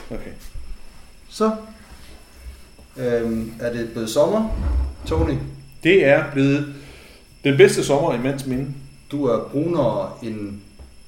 Okay. Så er det blevet sommer, Tony. Det er blevet den bedste sommer i mands minde. Du er brunere end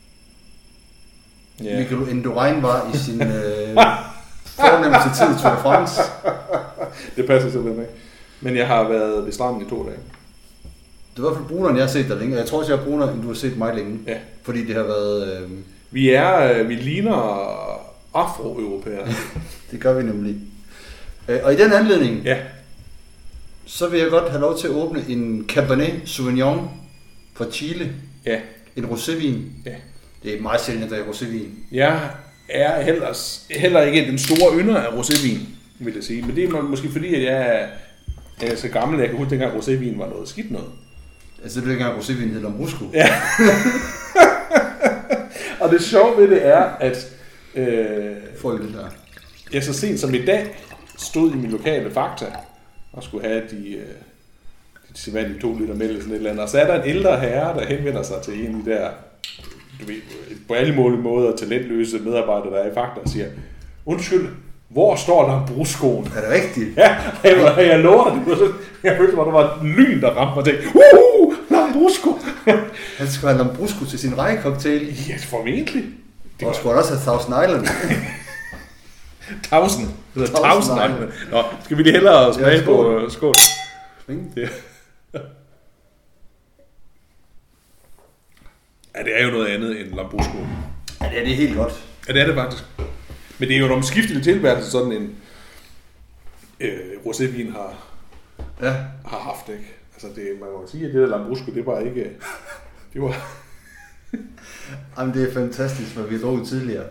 Ja. Michael Indurain var i sin fornemmeste tid i Tour de France. Det passer simpelthen ikke. Men jeg har været ved stranden i 2 dage. Det er i hvert fald brunere, end jeg har set dig længe. Jeg tror også, jeg er brunere, end du har set mig længe. Ja. Fordi det har været... Vi ligner afro-europæere. Det gør vi nemlig. Og i den anledning, Ja. så vil jeg godt have lov til at åbne en Cabernet Sauvignon fra Chile. Ja. En rosévin. Ja. Det er meget sjældent, at der er rosévin. Jeg er heller ikke den store ynder af rosévin, vil jeg sige. Men det er måske fordi, at jeg er så gammel, at jeg kan huske, dengang rosévin var noget skidt noget. Altså det er ikke engang rosévin hed Lambrusco. Ja. Og det sjove ved det er, at Får I det der? jeg så sent som i dag stod i min lokale Fakta og skulle have de sædvanlige 2 liter mælk eller sådan et eller andet. Og så er der en ældre herre, der henvender sig til en af de der, du ved, på alle mulige måder talentløse medarbejdere, der er i Fakta og siger, undskyld, hvor står Lambruscoen? Er det rigtigt? Ja, jeg lover det. Jeg følte mig, der var et lyn, der ramte mig og tænkte, Lambrusco! Han skulle have Lambrusco til sin rejekoktail. Ja, formentlig. Og skulle også have Thousand Island. 1000. Det hedder 1000. Nå, skal vi lige hellere smage på skål? Ja. Ja, det er jo noget andet end Lambrusco. Ja, det er helt godt. Ja, det er det faktisk. Men det er jo en omskiftelig tilværelse, sådan en rosévin har haft, ikke? Altså, man må sige, at det der Lambrusco, det var ikke... Det var... Jamen, det er fantastisk, hvad vi har drukket tidligere.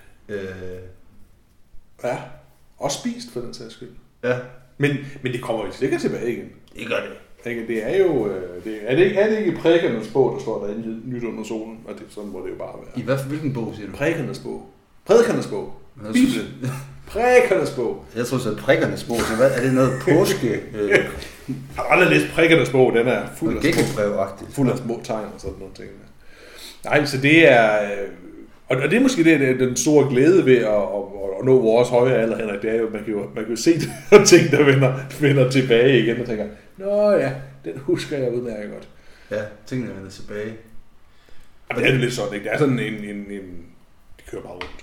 Ja, også spist for den sags skyld. Ja. Men det kommer jo sikkert tilbage igen. Det gør det. Det er jo... Er det ikke Prækernes bog, der står derinde nyt under solen? Og det, sådan må det jo bare være. Hvilken bog siger du? Prækernes bog. Prædikernes bog. Bibelen. Prækernes bog. Jeg tror så, at Prækernes bog, så hvad er det noget påske? Jeg har aldrig læst Prækernes bog, den er fuld af små tegn og sådan nogle ting. Nej, så det er... Og det er måske den store glæde ved at nå vores høje alder, Henrik, det er jo, man kan jo se de ting, der vender tilbage igen, og tænker, nå ja, den husker jeg udmærket godt. Ja, tingene vender tilbage. Jamen, det er lidt sådan, ikke? Det er sådan det kører bare rundt.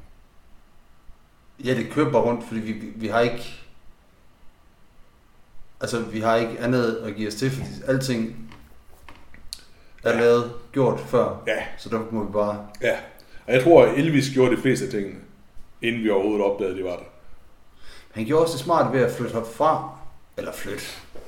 Ja, det kører bare rundt, fordi vi har ikke... Altså, vi har ikke andet at give os til, fordi alting er lavet, gjort før. Ja. Så der må vi bare... Ja. Og jeg tror, at Elvis gjorde de fleste af tingene, inden vi overhovedet opdagede, at de var der. Han gjorde også det smart ved at flytte herfra. Eller flytte.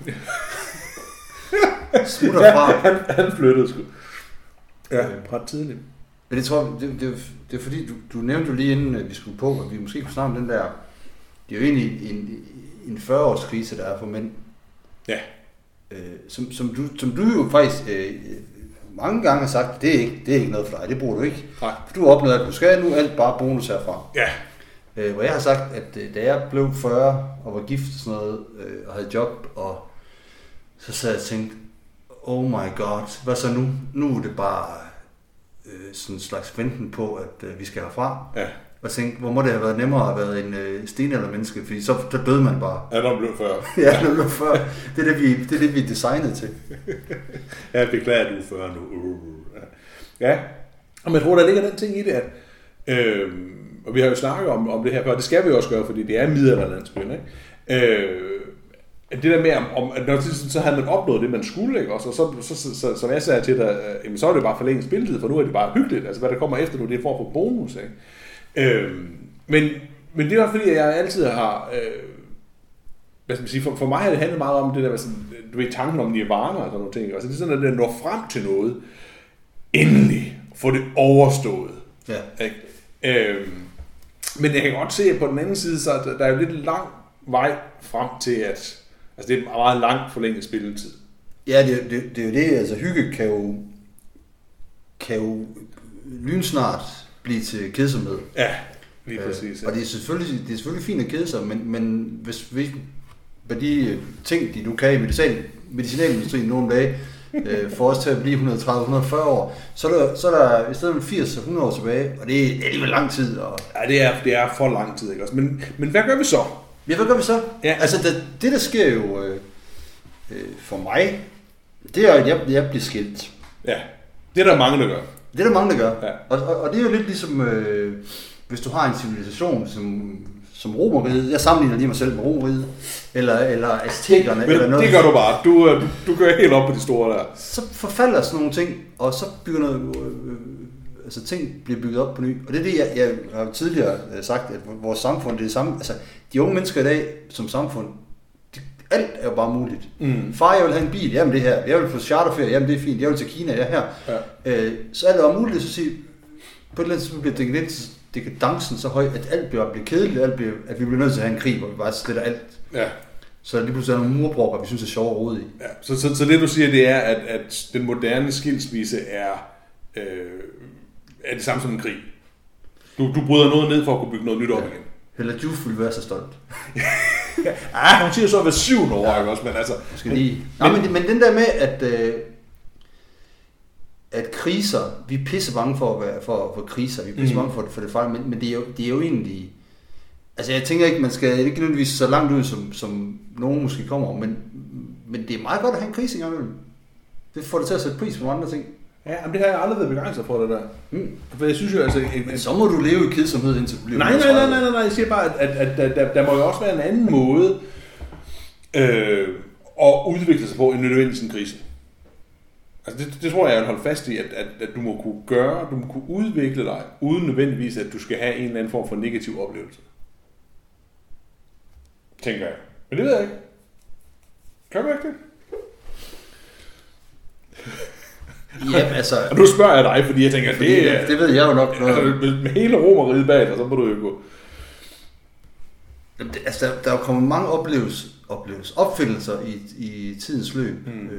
Smutter fra. Han flyttede sgu. Ja, ret tidligt. Men det tror jeg, det er fordi, du nævnte jo lige inden vi skulle på, at vi måske kunne snakke om den der... Det er jo egentlig en 40-års krise, der er for mænd. Ja. Som du jo faktisk... mange gange har sagt, det er ikke noget for dig, det bruger du ikke. Nej. For du har oplevet, at du skal nu alt bare bonus herfra. Ja. Hvor jeg har sagt, at da jeg blev 40 og var gift og sådan noget, og havde job, og så sad jeg og tænkte, oh my god, hvad så nu? Nu er det bare sådan en slags venten på, at vi skal herfra. Ja. Og tænkte, hvor må det have været nemmere at have været en stenaldermenneske, fordi så døde man bare. Ja, når man blev 40. Ja, når man blev 40. Det er det, vi er designet til. Jeg beklager, at du er 40 nu. Ja, og jeg tror, der ligger den ting i det, at og vi har jo snakket om det her før, det skal vi også gøre, fordi det er middelalderlandsbyen, ikke? Det der med, at når så havde man opnået det, man skulle, ikke? Og så som jeg sagde til dig, så er det bare forlænget spilletid, for nu er det bare hyggeligt, altså hvad der kommer efter nu, det er for at få bonus, ikke? Men det var fordi, at jeg altid har, hvad skal man sige, for mig har det handlet meget om det der, sådan, du ved, tanken om nirvana og sådan nogle ting, altså det er sådan, at det når frem til noget, endelig få det overstået. Ja. Ikke? Men jeg kan godt se, at på den anden side, så der er jo lidt lang vej frem til, at altså det er meget langt forlænget spilletid. Ja, det er jo det, altså hygge kan jo lynsnart blive til kedsomhed. Ja, lige præcis. Ja. Og det er selvfølgelig fint at kede sig, men hvis med de ting, de nu kan i medicinalindustrien nogle dage, får os til at blive 130-140 år, så er der i stedet 80-100 år tilbage, og det er alligevel lang tid. Og... Ja, det er for lang tid, ikke også? Men hvad gør vi så? Ja, hvad gør vi så? Ja. Altså, det der sker jo for mig, det er, at jeg bliver skilt. Ja, det er der mange, der gør. Det er der mange, der gør. Ja. Og det er jo lidt ligesom, hvis du har en civilisation, som Romeriet. Jeg sammenligner lige mig selv med Romeriet, eller aztekerne, eller noget. Det gør du bare. Du gør helt op på de store der. Så forfalder sådan nogle ting, og så bygger noget, altså ting bliver bygget op på ny. Og det er det, jeg har tidligere sagt, at vores samfund det er det samme. Altså, de unge mennesker i dag som samfund, alt er jo bare muligt. Far, jeg vil have en bil, jamen det her. Jeg vil på charterferie, jamen det er fint. Jeg vil til Kina, jeg er her. Ja. Så alt er muligt, så sige, på et eller andet tidspunkt bliver dekadencen så høj, at alt bliver kedeligt, at vi bliver nødt til at have en krig, hvor vi bare sletter alt. Ja. Så lige pludselig er der nogle murbrokker, vi synes er sjovt at rode i. Ja. Så det du siger, det er, at den moderne skilsmisse er det samme som en krig. Du bryder noget ned for at kunne bygge noget nyt op igen. Hella Juf vil være så stolt. Hun siger så at være 7 år, ikke også, men altså... Men den der med, at kriser, vi er pisse bange for kriser, vi er pisse bange for det fejl, men det er jo egentlig... Altså jeg tænker ikke, man skal ikke nødvendigvis så langt ud, som nogen måske kommer, men det er meget godt at have en krise engang imellem. Det får det til at sætte pris på andre ting. Ja, men det har jeg aldrig været begejstret for, det der. For jeg synes jo altså... Men så må du leve i kedsomhed indtil du bliver... Nej, jeg siger bare, at der må jo også være en anden måde at udvikle sig på end nødvendigvis en krise. Altså det tror jeg vil holde fast i, at du må kunne udvikle dig, uden nødvendigvis, at du skal have en eller anden form for negativ oplevelse. Tænker jeg. Men det ved jeg ikke. Kan du ikke det? Ja, altså... Og nu spørger jeg dig, fordi jeg tænker, at det ved jeg jo nok noget. Altså, med hele Romeriet bag dig, så må du jo gå. Altså, der er jo kommet mange opfindelser i tidens løb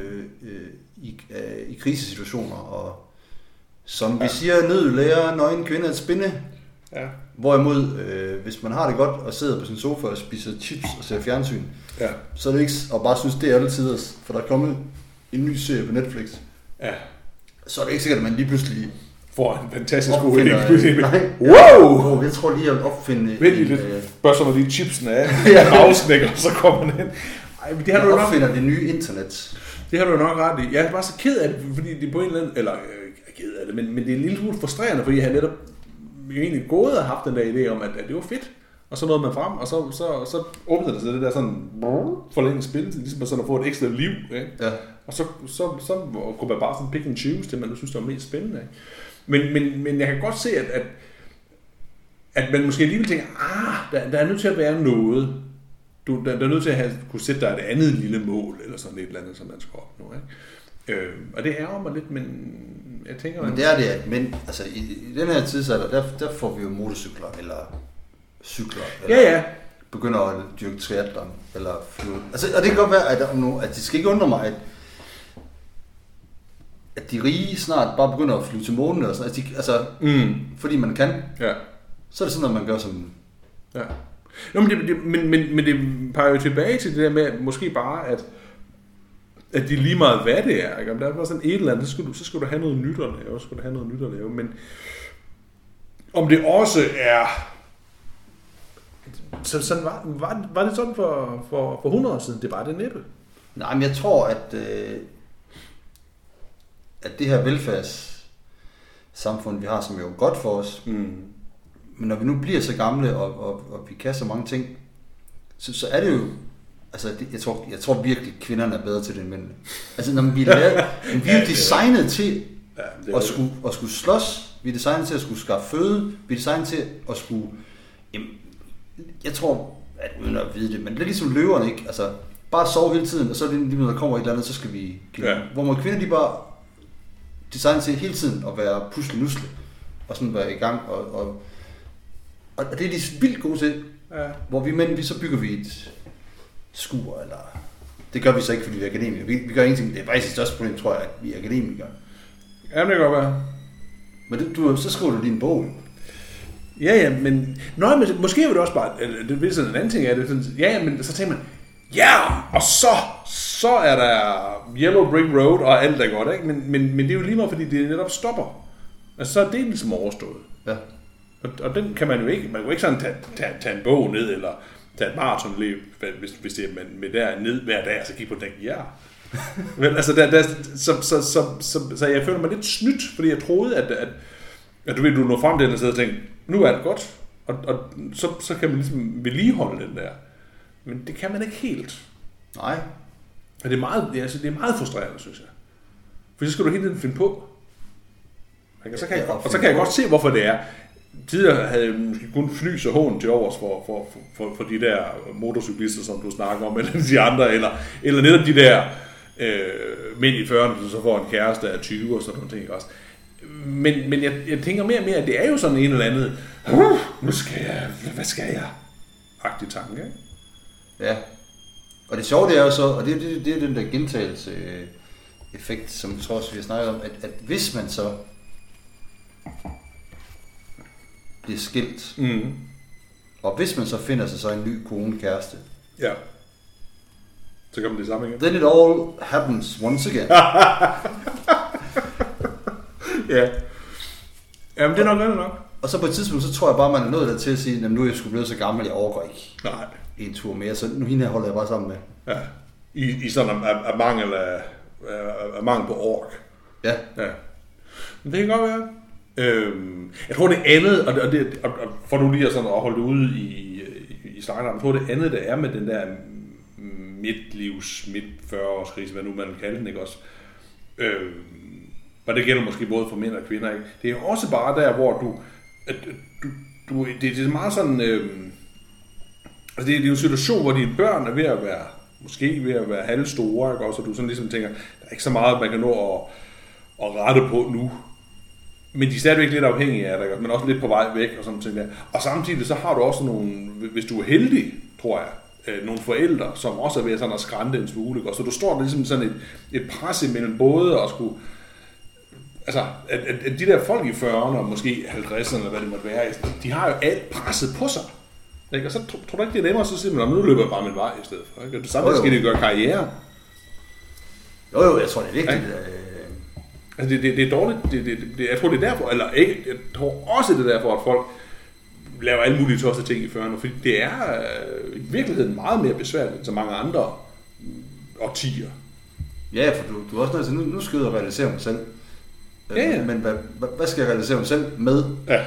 i krisesituationer, og som vi siger, nød lærer nøgen kvinde at spinde. Ja. Hvorimod, hvis man har det godt og sidder på sin sofa og spiser chips og ser fjernsyn, så er det ikke, og bare synes, det er altid, for der er kommet en ny serie på Netflix. Ja. Så er det ikke sikkert, at man lige pludselig får en fantastisk god idé. Wow! Jeg tror lige, at opfinde... Vent lige lidt. Børster lige chipsen af afsnækker, så kommer den hen. Det har du opfinder det nye internet. Det har du nok ret i. Jeg er bare så ked af det, fordi det er på en eller anden... Eller ked af det, men det er en lille smule frustrerende, fordi jeg har netop egentlig gået og haft den der idé om, at det var fedt. Og så nåede man frem, og så åbnede det sig det der sådan forlænget spil, ligesom sådan at få et ekstra liv. Ikke? Ja. Og så kunne man bare sådan pick and choose det, man synes, det var mest spændende. Ikke? Men jeg kan godt se, at man måske alligevel tænker, der er nødt til at være noget. Der er nødt til at kunne sætte dig et andet lille mål, eller sådan et eller andet, som man skal opnå. Ikke? Og det ærger mig lidt, men jeg tænker... Men det er det, at altså, i den her tidsalder, der får vi jo motorcykler, eller cykler, eller begynder at dyrke triathlon, eller flyve. Altså, og det kan godt være, at det skal ikke undre mig, at de rige snart bare begynder at flyve til månen, og sådan, fordi man kan. Ja. Så er det sådan, at man gør som... Ja. Nå, men det peger jo tilbage til det der med, at måske bare, at det er lige meget, hvad det er. Ikke? Om der er bare sådan et eller andet, så skal du have noget nyt at lave. Men om det også er... Så sådan var det sådan for 100 år siden? Det var det næppe. Nej, men jeg tror, at det her velfærdssamfund, vi har, som er jo godt for os, men når vi nu bliver så gamle, og vi kan så mange ting, så er det jo, altså jeg tror virkelig, kvinderne er bedre til det end mændene. Altså når vi er designet til at skulle slås, vi er designet til at skulle skaffe føde, vi er designet til at skulle, jeg tror, at uden at vide det, men det er ligesom løverne, ikke? Altså bare sove hele tiden, og så lige når der kommer et eller andet, så skal vi give Hvor man kvinder, de bare designet til hele tiden at være pusle-nusle, og sådan være i gang, og det er de vildt gode til. Ja. Hvor vi mænd, så bygger vi et skur, eller... Det gør vi så ikke, fordi vi er akademikere. Vi gør ingenting. Det er faktisk det største problem, tror jeg, at vi er akademikere. Ja, det kan godt være. Men så skriver du din bog. Ja, men... men måske er det også bare... Det er sådan en anden ting af det. Men så tænker man... ja, og så er der Yellow Brick Road, og alt er godt, ikke? Men det er jo lige meget, fordi det netop stopper. Altså, så er det ligesom overstået. Ja. Og den kan man jo ikke, sådan tage en bog ned, eller tage et maratonløb, hvis det er med der ned hver dag, og så kigge på den, ja. Men altså, så jeg føler mig lidt snydt, fordi jeg troede, at du når frem til den sted og tænkte, nu er det godt, og så kan man ligesom vedligeholde den der. Men det kan man ikke helt. Nej. Og det er meget frustrerende, synes jeg. For så skal du hele tiden finde på. Og så kan jeg godt se, hvorfor det er. Tidligere havde jeg måske kun fnys og hån til overs for de der motorcyklister, som du snakker om, eller de andre, eller netop de der mænd i 40'erne, som så får en kæreste af 20 og sådan nogle ting også. Men jeg tænker mere og mere, at det er jo sådan en eller anden, hvad skal jeg? Agtig tanke, ikke? Ja. Og det sjove det er jo så, og det er den der gentagelse effekt, som jeg tror også, vi har snakket om, at hvis man så bliver skilt, og hvis man så finder sig så en ny kone, kæreste, ja, så kommer det samme igen. Then it all happens once again. Ja. Jamen, det er nok. Og så på et tidspunkt, så tror jeg bare, man er nået der til at sige, at nu er jeg sgu blevet så gammel, jeg overgår ikke en tur mere, så nu hende holder jeg bare sammen med. Ja. I sådan af mangel på ork. Ja. Men det kan godt være. Jeg tror det andet, og for nu lige at holde det ude i snakken, jeg tror det andet, der er med den der midt-40-års krise, hvad nu man vil kalde den, ikke også? Og det gælder måske både for mænd og kvinder, ikke? Det er jo også bare der, hvor det er meget sådan, altså det er jo en situation, hvor dine børn er ved at være halvstore, ikke også? Og du sådan ligesom tænker, der er ikke så meget, man kan nå at rette på nu. Men de er stadigvæk lidt afhængige af dig, men også lidt på vej væk og sådan ting der. Og samtidig så har du også nogle, hvis du er heldig, tror jeg, nogle forældre, som også er ved sådan at skrænte en smule. Så du står der ligesom sådan et pres imellem både at skulle, altså at de der folk i 40'erne og måske 50'erne eller hvad det måtte være, de har jo alt presset på sig. Ikke? Og så tror du ikke, det er nemmere, så siger man, nu løber jeg bare min vej i stedet for. Ikke? Og samtidig skal de gøre karriere. Jo, jeg tror det er vigtigt. Ja. Altså det er dårligt, jeg tror det er derfor, eller ikke, jeg tror også det er derfor, at folk laver alle mulige tosset ting i 40'erne, fordi det er i virkeligheden meget mere besværligt end så mange andre årtier. Ja, for du er også nødt til, nu skal jeg realisere mig selv. Ja. Men hvad skal jeg realisere mig selv med? Ja.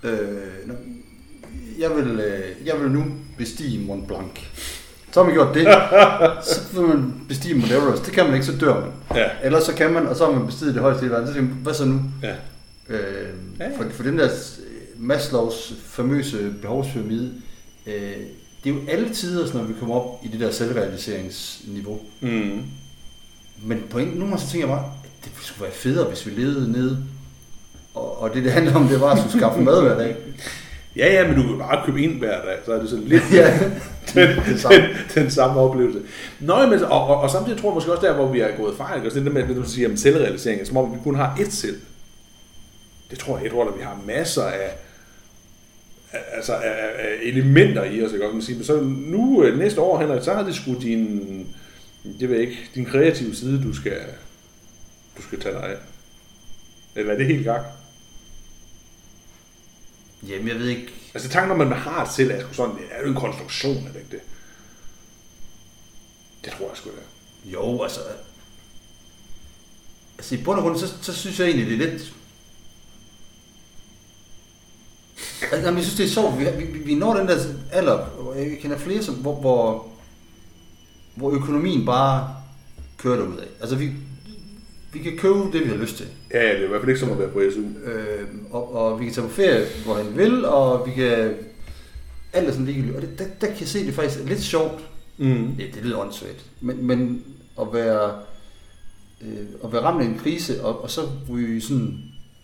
Jeg vil nu bestige Mont Blanc. Så har man gjort det, så vil man bestige Mount Everest. Det kan man ikke, så dør man. Ja. Eller så kan man, og så har man bestiget det højeste i verden. Så tænker man, hvad så nu? Ja. For den der Maslows famøse behovspyramide, det er jo alle tider, når vi kommer op i det der selvrealiseringsniveau. Mm. Men på nogle gange så tænker jeg bare, det skulle være federe, hvis vi levede nede. Og det handler om, det var at skulle skaffe mad hver dag. Ja, men du kan bare købe ind hver dag, så er det sådan lidt den samme oplevelse. Nå, men, og samtidig tror jeg måske også der, hvor vi er gået fejl, og det der med, at du siger om selvrealisering, som om vi kun har ét selv. Det tror jeg, at vi har masser af elementer i os, ikke? Men så nu næste år, Henrik, så har det sgu din kreative side, du skal tage dig af. Eller er det helt gak? Jamen, jeg ved ikke. Altså tanken om, at man har et selv, er jo en konstruktion, er det ikke det? Det tror jeg sgu da. Jo, altså i bund og grund, så synes jeg egentlig, det er lidt. Altså, jeg synes, det er sjovt. Vi når den der alder, og jeg kender flere, hvor økonomien bare kører derudad. Altså, vi kan købe det, vi har lyst til. Ja, det er i hvert fald ikke som at være på SU. Og vi kan tage på ferie, hvor han vil, og vi kan alt er sådan ligegyldigt. Og der kan jeg se, det er faktisk lidt sjovt. Mm. Det lyder åndssvagt. Men at være ramt af en krise, og så ryge sådan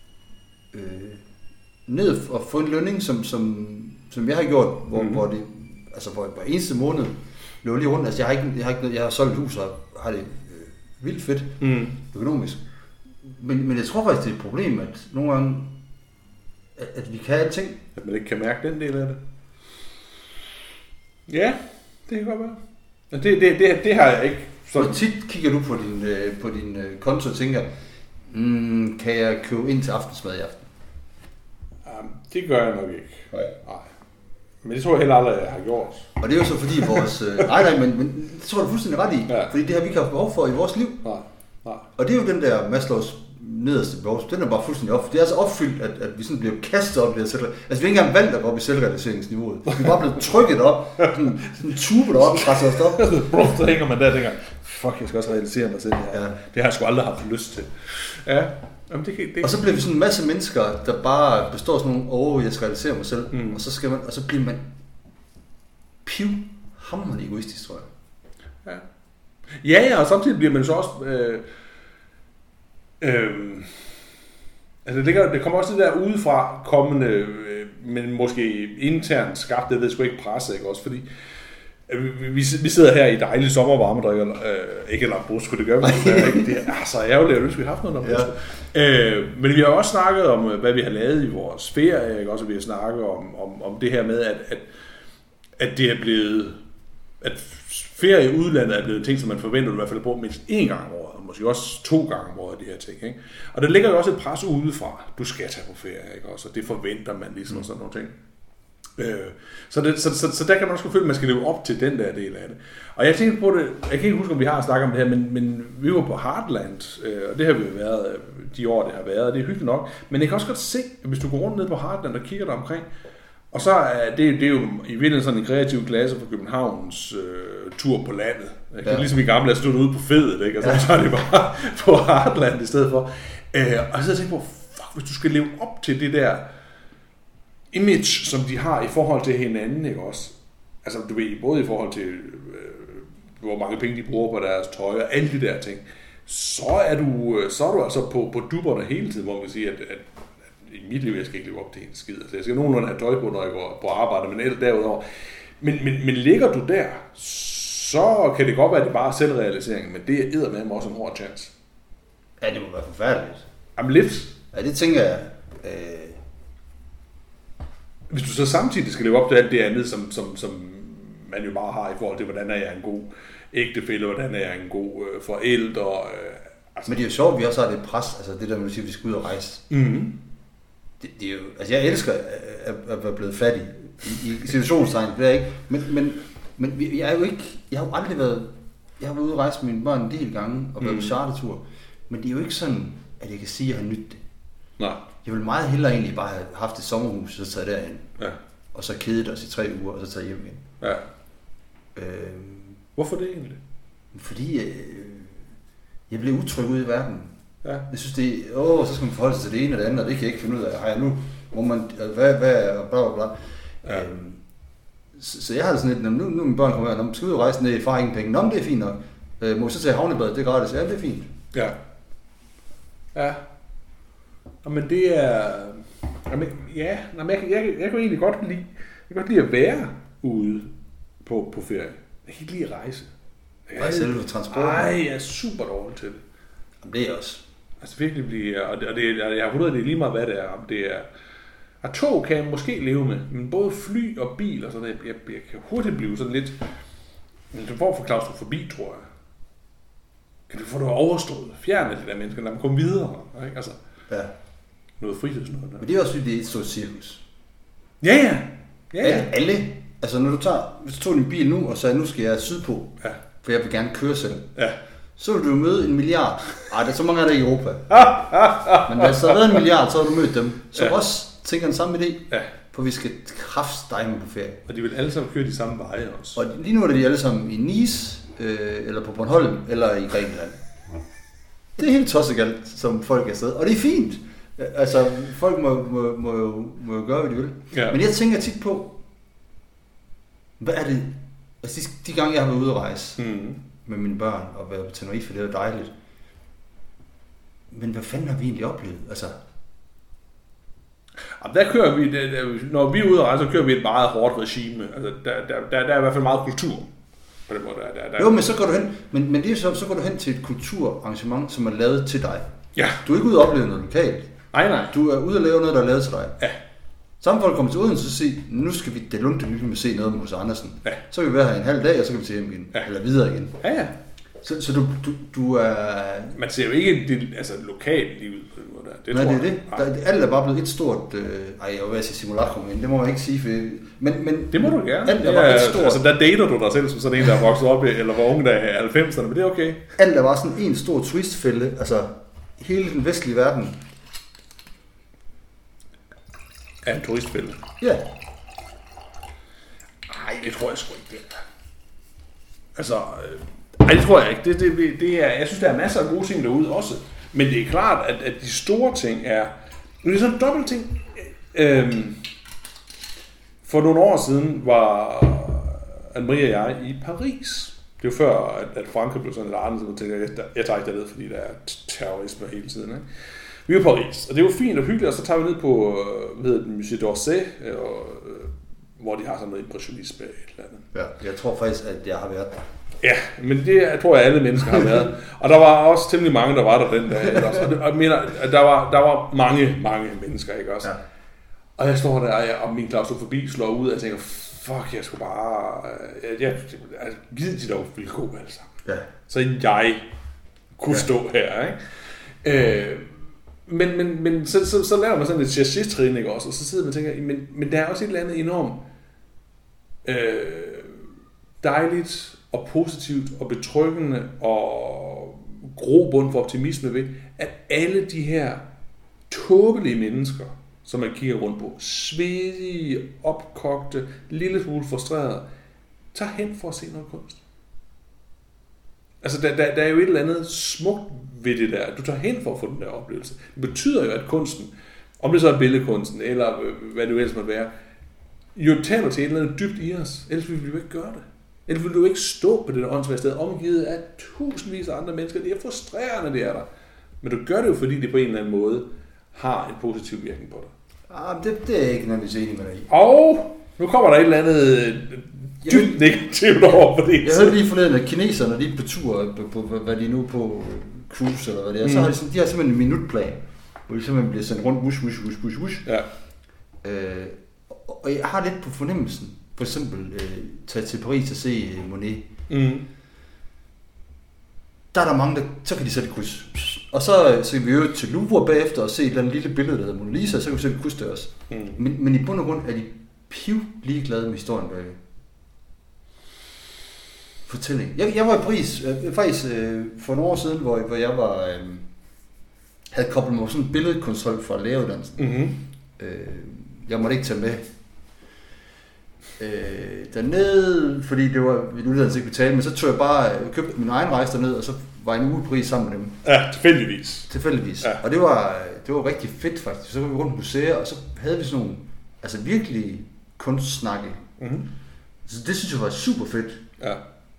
ned og få en lønning, som jeg har gjort, hvor det, altså hvor eneste måned løber lige rundt. Altså jeg har solgt hus og har det vildt fedt økonomisk. Men jeg tror faktisk, det er et problem, at nogle gange, at vi kan alting. At man ikke kan mærke den del af det. Ja, det kan godt være. Det har jeg ikke. Hvor tit kigger du på din konto og tænker, kan jeg købe ind til aftensmad i aften? Det gør jeg nok ikke. Nej. Men det tror jeg heller aldrig, jeg har gjort. Og det er jo så fordi vores... nej, men det tror jeg fuldstændig ret i. Ja. Fordi det har vi ikke haft behov for i vores liv. Nej. Og det er jo den der Maslows nederste behov. Den er bare fuldstændig opfyldt. Det er altså opfyldt, at vi sådan bliver kastet op i det her selvrealisering. Altså vi har ikke engang valgt at gå op i selvrealiseringsniveauet. Vi er bare blevet trykket op. Sådan tube derop, presser os op. Så hænger man der og tænker, fuck, jeg skal også realisere mig selv. Ja. Det har jeg sgu aldrig haft lyst til. Ja. Jamen, det. Og så bliver vi sådan en masse mennesker, der bare består sådan nogle, jeg skal realisere mig selv. Og så bliver man pivhamrende egoistisk, tror jeg. Ja, og samtidig bliver man så også... altså det kommer også det der udefra kommende, men måske internt skabt, det ved jeg sgu ikke presse, ikke også, fordi vi sidder her i dejlige sommervarmedrikker, ikke Lambrusco, det gør vi ikke. Det er så ærgerligt, at vi skulle have haft noget Lambrusco. Ja. Men vi har også snakket om, hvad vi har lavet i vores ferie, ikke også, og vi har snakket om det her med, at det er blevet, at ferie i udlandet er blevet ting, som man forventer, i hvert fald at bruge mindst 1 gang om året, og måske også 2 gange om året, de her ting. Ikke? Og der ligger jo også et pres udefra. Du skal tage på ferie, ikke også? Og det forventer man ligesom og sådan nogle ting. Så der kan man også føle, at man skal leve op til den der del af det. Og jeg tænkte på det, jeg kan ikke huske, om vi har snakket om det her, men vi var på Heartland, og det har vi været de år, det har været, og det er hyggeligt nok. Men jeg kan også godt se, at hvis du går rundt ned på Heartland og kigger der omkring, og så er det er jo i virkeligheden sådan en kreativ klasse for Københavns tur på landet. Ja. Ligesom i gamle, at stod ude på fedet, ikke? Og så er det bare på Heartland i stedet for. Og så tænkte jeg på, hvis du skal leve op til det der image, som de har i forhold til hinanden, ikke også? Altså, du ved, både i forhold til, hvor mange penge de bruger på deres tøj og alle de der ting, så er du altså på dupperne hele tiden, hvor man kan sige, at i mit liv, jeg skal ikke leve op til en skid. Altså, jeg skal nogenlunde have tøj på, når jeg går på arbejde, men ellers derudover. Men ligger du der, så kan det godt være, at det bare er selvrealisering, men det er eddermame også en hård chance. Ja, det må være forfærdeligt. Jamen lidt. Ja, det tænker jeg. Hvis du så samtidig skal leve op til alt det andet, som man jo bare har i forhold til, hvordan er jeg en god ægtefælle, hvordan er jeg en god forælder. Altså. Men det er jo sjovt, at vi også har det pres, altså det der, man siger, at vi skal ud og rejse. Mm-hmm. Det er jo, altså jeg elsker at være blevet fattig i situationstegn, det er ikke, men jeg er jo ikke, jeg har jo aldrig været, jeg har været ude og rejse med mine børn en del gange og været på chartertur, men det er jo ikke sådan, at jeg kan sige, at jeg har nydt det. Nej. Jeg vil meget hellere egentlig bare have haft et sommerhus, så taget derhen, og så kedet os i 3 uger, og så taget hjem igen. Ja. Hvorfor det egentlig? Fordi jeg blev utryg ude i verden. Ja. Jeg synes det så skal man forholde sig til det ene og det andet, og det kan jeg ikke finde ud af. Har jeg nu, hvor man, hvad og bla bla bla. Ja. Så jeg har sådan lidt, nu mine børn kommer her, når man skal ud og rejse ned, far ingen penge. Nå, men det er fint nok. Må vi så tage havnebadet, det er gratis. Ja, det er fint. Ja. Ja. Men det er... jeg kan egentlig godt lide at være ude på ferie. Jeg kan ikke lide at rejse. Bare selve transporten? Nej, jeg er super dårlig til det. Jamen, det er også. Altså virkelig blive... Og det, jeg har fundet, at det er lige meget, hvad det er. Om det er... Og tog kan jeg måske leve med, men både fly og bil og sådan noget, jeg kan hurtigt blive sådan lidt... Men du får for klaustrofobi, tror jeg. Kan du få det overstået? Fjerne de der mennesker, lad dem komme videre. Ikke? Altså, ja. Noget fritidsnød. Men det er også, fordi det er et stort cirkus. Ja. Alle. Altså, hvis du tog din bil nu, og sagde, nu skal jeg sydpå, for jeg vil gerne køre selv. Ja. Så vil du møde 1 milliard. Ej, der er så mange af der i Europa. Men hvis der havde været 1 milliard, så har du mødt dem. Så også tænker den samme idé. Ja. For vi skal kraftstejme på ferie. Og de vil alle sammen køre de samme veje også. Og lige nu er de alle sammen i Nice, eller på Bornholm, eller i Grækenland. Det er helt tosset som folk er afsted. Og det er fint. Altså, folk må jo gøre, hvad de vil. Ja. Men jeg tænker tit på, hvad er det? Altså, de gange, jeg har været ude at rejse med mine børn og været på Tenerife, det er dejligt. Men hvad fanden har vi egentlig oplevet? Altså... Der kører vi, når vi er ude at rejse, så kører vi et meget hårdt regime. Altså, der er i hvert fald meget kultur. På den måde, Jo, men så går du hen, men det er så går du hen til et kulturarrangement, som er lavet til dig. Ja. Du er ikke ude at opleve noget lokalt. Nej. Du er ude at lave noget, der er lavet til dig. Ja. Samme folk kommer til Odense og siger, nu skal vi det se noget med H.C. Andersen. Ja. Så kan vi være her en halv dag, og så kan vi til hjem igen. Ja. Eller videre igen. Ja. Så du er... Man ser jo ikke lokalt livet på den måde der. Nej, det er det. Alt er bare blevet et stort... jeg vil være sige simulacrum, men det må man ikke sige. Men det må du gerne. Alt er bare et stort... Altså, der dater du dig selv som sådan en, der er vokset op i, eller var unge, der er 90'erne, men det er okay. Alt er bare sådan en stor turistfælde. Altså, hele den vestlige verden. Er en turistfælde? Ja. Ej, det tror jeg sgu ikke, det er. Altså... Nej, det tror jeg ikke. Det er, jeg synes, der er masser af gode ting derude også. Men det er klart, at de store ting er... Det er sådan en dobbelt ting. For nogle år siden var Anne-Marie og jeg i Paris. Det var før, at Frankrig blev sådan et andet, så jeg tænkte, jeg tager ikke derned, fordi der er terrorisme hele tiden. Ikke? Vi var i Paris, og det var fint og hyggeligt, og så tager vi ned på Musée d'Orsay, hvor de har sådan noget impressionisme et eller andet. Ja, jeg tror faktisk, at jeg har været der. Ja, men det tror jeg, alle mennesker har været. Og der var også temmelig mange, der var der den dag. Og jeg mener, at der var mange mennesker, ikke også? Ja. Og jeg står der, og min klaustrofobi slår ud, og jeg tænker, fuck, jeg skulle bare... Giv de dog vilkår, altså. Ja. Så jeg kunne stå her, ikke? Men så laver man sådan et chassistræning også, og så sidder man og tænker, men der er også et eller andet enormt dejligt og positivt og betryggende og grobund for optimisme ved, at alle de her tåbelige mennesker, som man kigger rundt på, svedige, opkogte, lille smule frustrerede, tager hen for at se noget kunst. Altså, der er jo et eller andet smukt ved det der. Du tager hen for at få den der oplevelse. Det betyder jo, at kunsten, om det så er billedkunsten, eller hvad det ellers måtte være, jo taler til et eller andet dybt i os. Ellers ville vi jo ikke gøre det. Ellers ville du ikke stå på det der åndsvære sted, omgivet af tusindvis af andre mennesker. Det er frustrerende, det er der. Men du gør det jo, fordi det på en eller anden måde har en positiv virkning på dig. Det er jeg ikke nødvendigvis enig med dig i. Og nu kommer der et eller andet dybt negativt over på det. Jeg hørte lige forleden, at kineserne, de er på tur, på hvad de er nu på cruise, eller hvad det er, så har de har simpelthen en minutplan, hvor de simpelthen bliver sendt rundt, wush. Ja. Og jeg har lidt på fornemmelsen, for eksempel tage til Paris og se Monet. Der er der mange, så kan de sætte kryds. Og så kan vi jo til Louvre bagefter og se et eller andet lille billede, der hedder Mona Lisa, så kan vi sætte kryds der også. Men i bund og grund er de ligeglade med historien bag fortælling. Jeg var i Paris faktisk for nogle år siden, hvor jeg var havde koblet mig sådan en billedkontrol fra læreruddannelsen. Jeg måtte ikke tage med dernede, fordi det var en uddannelse ikke betale, men så tog jeg bare købte min egen rejse derned, og så var jeg en uge i Paris sammen med dem. Ja, tilfældigvis. Ja. Og det var rigtig fedt faktisk. Så var vi rundt på museer, og så havde vi sådan nogle virkelig kunstsnakke. Så det synes jeg var super fedt. Ja.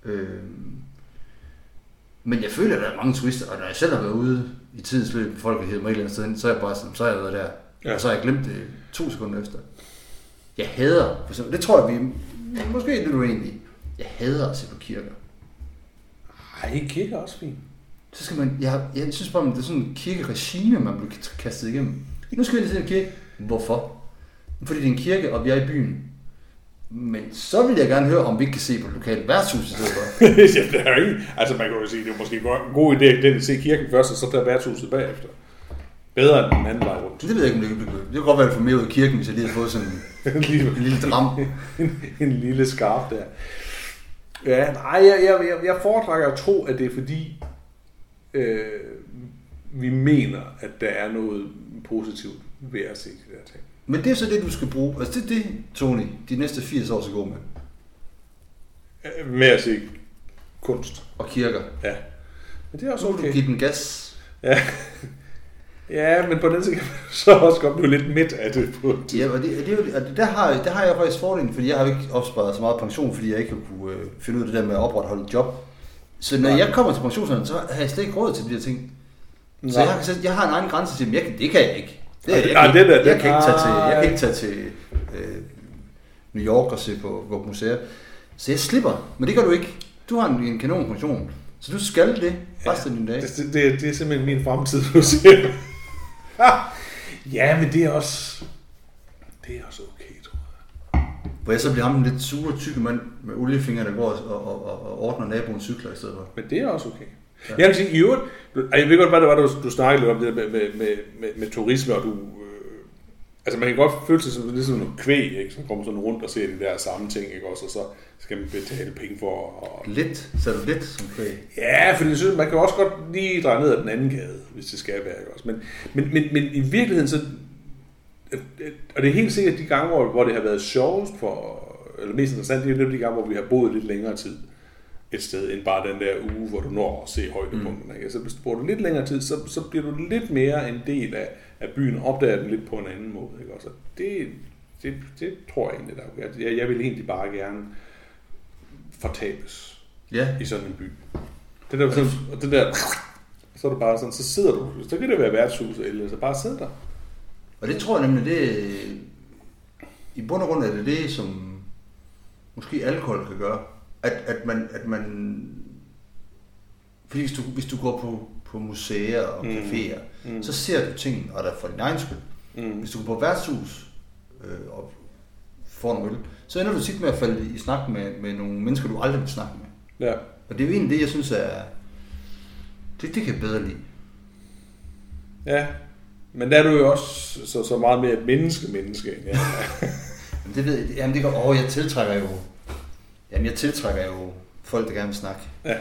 Men jeg føler, at der er mange turister, og når jeg selv har været ude i tidens løb, folk har heddet mig et eller andet sted, så er jeg bare sådan, så har jeg været der. Ja. Og så har jeg glemt det 2 sekunder efter. Jeg hader, for eksempel, det tror jeg, vi måske er lidt uenige. Jeg hader at se på kirker. Ej, kirker er også fint. Så skal man, jeg synes bare, det er sådan en kirkeregime, man bliver kastet igennem. Nu skal vi lige se en kirke. Hvorfor? Fordi det er en kirke, og vi er i byen. Men så vil jeg gerne høre, om vi kan se på det lokale værtshus i stedet for. Ja, det er jo ikke. Altså man kan jo sige, det er måske en god idé, at se kirken først, og så tage værtshuset bagefter. Bedre end den anden vej rundt. Det ved jeg ikke, om det kan blive. Det kan godt være, at få mere ud af kirken, hvis jeg lige har fået sådan en lille dram. en lille skarp der. Ja, nej, jeg foretrækker at tro, at det er fordi, vi mener, at der er noget positivt ved at se det der ting. Men det er så det, du skal bruge. Altså det er det, Tony, de næste 80 år skal gå med. Med at se kunst. Og kirker. Ja. Men det er også okay. Du give den gas. Ja. Ja, men på den side kan man så også godt blive lidt midt af det. Ja, og der har jeg faktisk fordelen, fordi jeg har ikke opsparet så meget pension, fordi jeg ikke kunne finde ud af det der med at opretholde et job. Så når jeg kommer til pensionsalderen, så har jeg slet ikke råd til de her ting. Så jeg har en egen grænse til, men det kan jeg ikke. Jeg kan ikke tage til New York og se på museer. Så jeg slipper, men det gør du ikke. Du har en kanon pension, så du skal det resten af din dag. Det er simpelthen min fremtid, du siger. Ja, men det er også... Det er også okay, tror jeg. Hvor jeg så bliver ham en lidt sure, tykke mand med oliefinger, der går og ordner naboens cykler i stedet for. Men det er også okay. Ja. Jeg vil sige, i øvrigt, jeg ved godt, hvad det var, du snakkede lidt om det med turisme, og du... altså man kan godt føle sig som ligesom noget kvæg, ikke? Som kommer sådan rundt og ser de der samme ting, ikke? Også, og så skal man betale penge for... Lidt? Så er du lidt som kvæg? Ja, for jeg synes, man kan også godt lige dreje ned ad den anden gade, hvis det skal være, ikke? Også. Men i virkeligheden så... Og det er helt sikkert de gange, hvor det har været sjovest for... Eller mest interessant, det er jo de gange, hvor vi har boet lidt længere tid et sted, end bare den der uge, hvor du når at se højdepunkten. Ikke? Så hvis du bor du lidt længere tid, så bliver du lidt mere en del af byen, og opdager den lidt på en anden måde. Ikke? Så det tror jeg egentlig, der er. Jeg vil egentlig bare gerne fortabes i sådan en by. Det der, sådan, og det der, så er det bare sådan, så sidder du, så kan det være værtshus, eller så bare sidder der. Og det tror jeg nemlig, det i bund og grund er det, som måske alkohol kan gøre. At man fordi hvis du går på museer og caféer, så ser du ting, og der er for din egen skyld. Hvis du går på værtshus og får en øl, så ender du tit med at falde i snak med nogle mennesker, du aldrig vil snakke med. Ja. Og det er jo egentlig det, jeg synes er, det kan jeg bedre lide. Ja. Men der er du jo også så meget mere et menneske. Ja. Det ved jeg, jamen det går, jeg tiltrækker jo folk, der gerne vil snakke. Ja,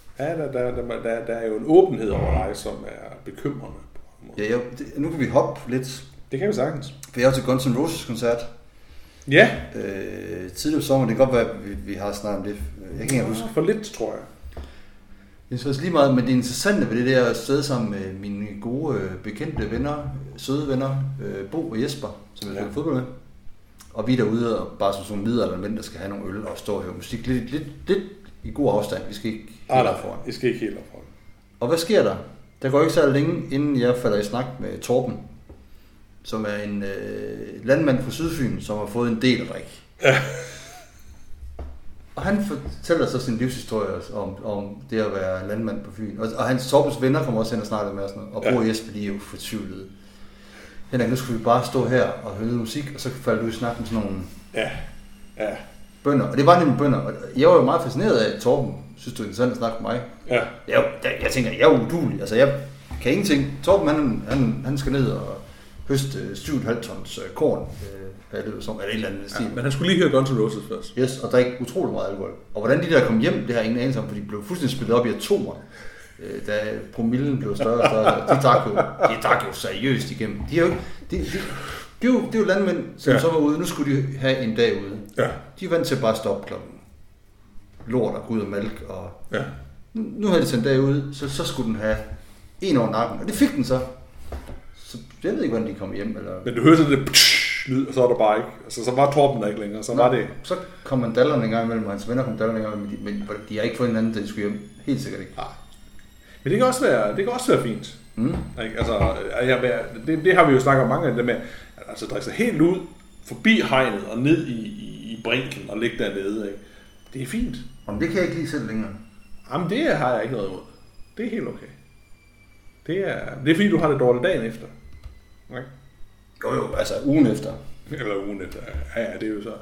der er jo en åbenhed over dig, som er bekymrende. Ja, nu kan vi hoppe lidt. Det kan vi sagtens. For jeg var til Guns N' Roses koncert. Ja. Tidligere på sommer, det kan godt være, at vi har snart om det. Jeg kan ikke huske. For lidt, tror jeg. Jeg synes lige meget, men det interessante ved det der sted sammen med mine gode, bekendte venner, søde venner, Bo og Jesper, som jeg spiller fodbold med. Og vi er derude og bare som sådan nogle middelaldermænd, der skal have nogle øl og stå og høre musik lidt i god afstand. Vi skal ikke helt op foran. Vi skal ikke helt op foran. Og hvad sker der? Der går ikke så længe, inden jeg falder i snak med Torben, som er en landmand fra Sydfyn, som har fået en del at drikke. Ja. Og han fortæller så sin livshistorie om det at være landmand på Fyn. Og hans Torbens venner kommer også hen og snakker med os. Og Bo og Jesper, de er jo fortvivlede. Henrik, nu skal vi bare stå her og høre musik, og så falder du i snak med sådan nogle bønder. Og det var nemlig bønder. Og jeg var jo meget fascineret af, at Torben synes, det var interessant at snakke med mig. Ja. Jeg tænker, jeg er uduelig. Altså, jeg kan ingenting. Torben, han skal ned og høste 7,5 tons korn. Eller et eller andet stil. Men han skulle lige høre Guns N' Roses først. Yes, og drikke utrolig meget alkohol. Og hvordan de der kom hjem, det har ingen anelse om, for de blev fuldstændig spillet op i atomer. Da promillen blev større og større. De drak jo seriøst igennem. Det er jo landmænd, som så var ude. Nu skulle de have en dag ude. Ja. De var vant til bare at stoppe klokken lort og gå ud og mælk. Og nu havde de sendt en dag ude, så skulle den have en over nakken. Og det fik den så. Så jeg ved ikke, hvordan de kom hjem. Eller... Men du hørte det lyd, og så var der bare ikke. Altså, så var Torben der ikke længere. Så var det. Så kom man dallerne en gang imellem, og hans venner kom dallerne en gang imellem. Men de har ikke fået en anden, da de skulle hjem. Helt sikkert ikke. Nej. Men det kan også være fint. Altså, det har vi jo snakket om mange af det med. Altså drikke sig helt ud, forbi hegnet og ned i brinken og ligge dernede. Ikke? Det er fint. Jamen, det kan jeg ikke lige selv længere. Jamen, det har jeg ikke noget imod. Det er helt okay. Det er fordi, du har det dårligt dagen efter. Okay? Jo, altså ugen efter. Eller ugen efter. Ja, det er jo så.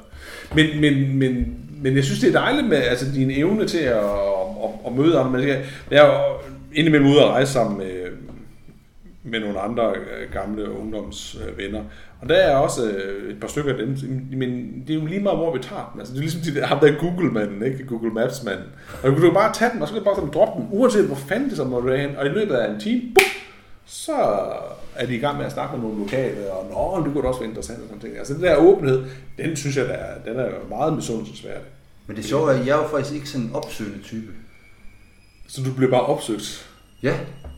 Men jeg synes, det er dejligt med altså, din evne til at møde andre. Jeg er jo indimellem ude at rejse sammen med nogle andre gamle ungdomsvenner. Og der er også et par stykker af dem, men det er jo lige meget, hvor vi tager dem. Altså, det er ligesom ham der Google-manden, ikke? Google Maps-manden. Og du kan bare tage dem, og så kan du bare sådan droppe dem, uanset hvor fanden det så må du hen. Og i løbet af en time, så er de i gang med at snakke med nogle lokale, og det kunne da også være interessant og sådan ting. Altså, den der åbenhed, den synes jeg, den er meget misundelsesværdig. Men det sjove er, at jeg er jo faktisk ikke sådan en opsøgende type. Så du bliver bare opsøgt? Ja.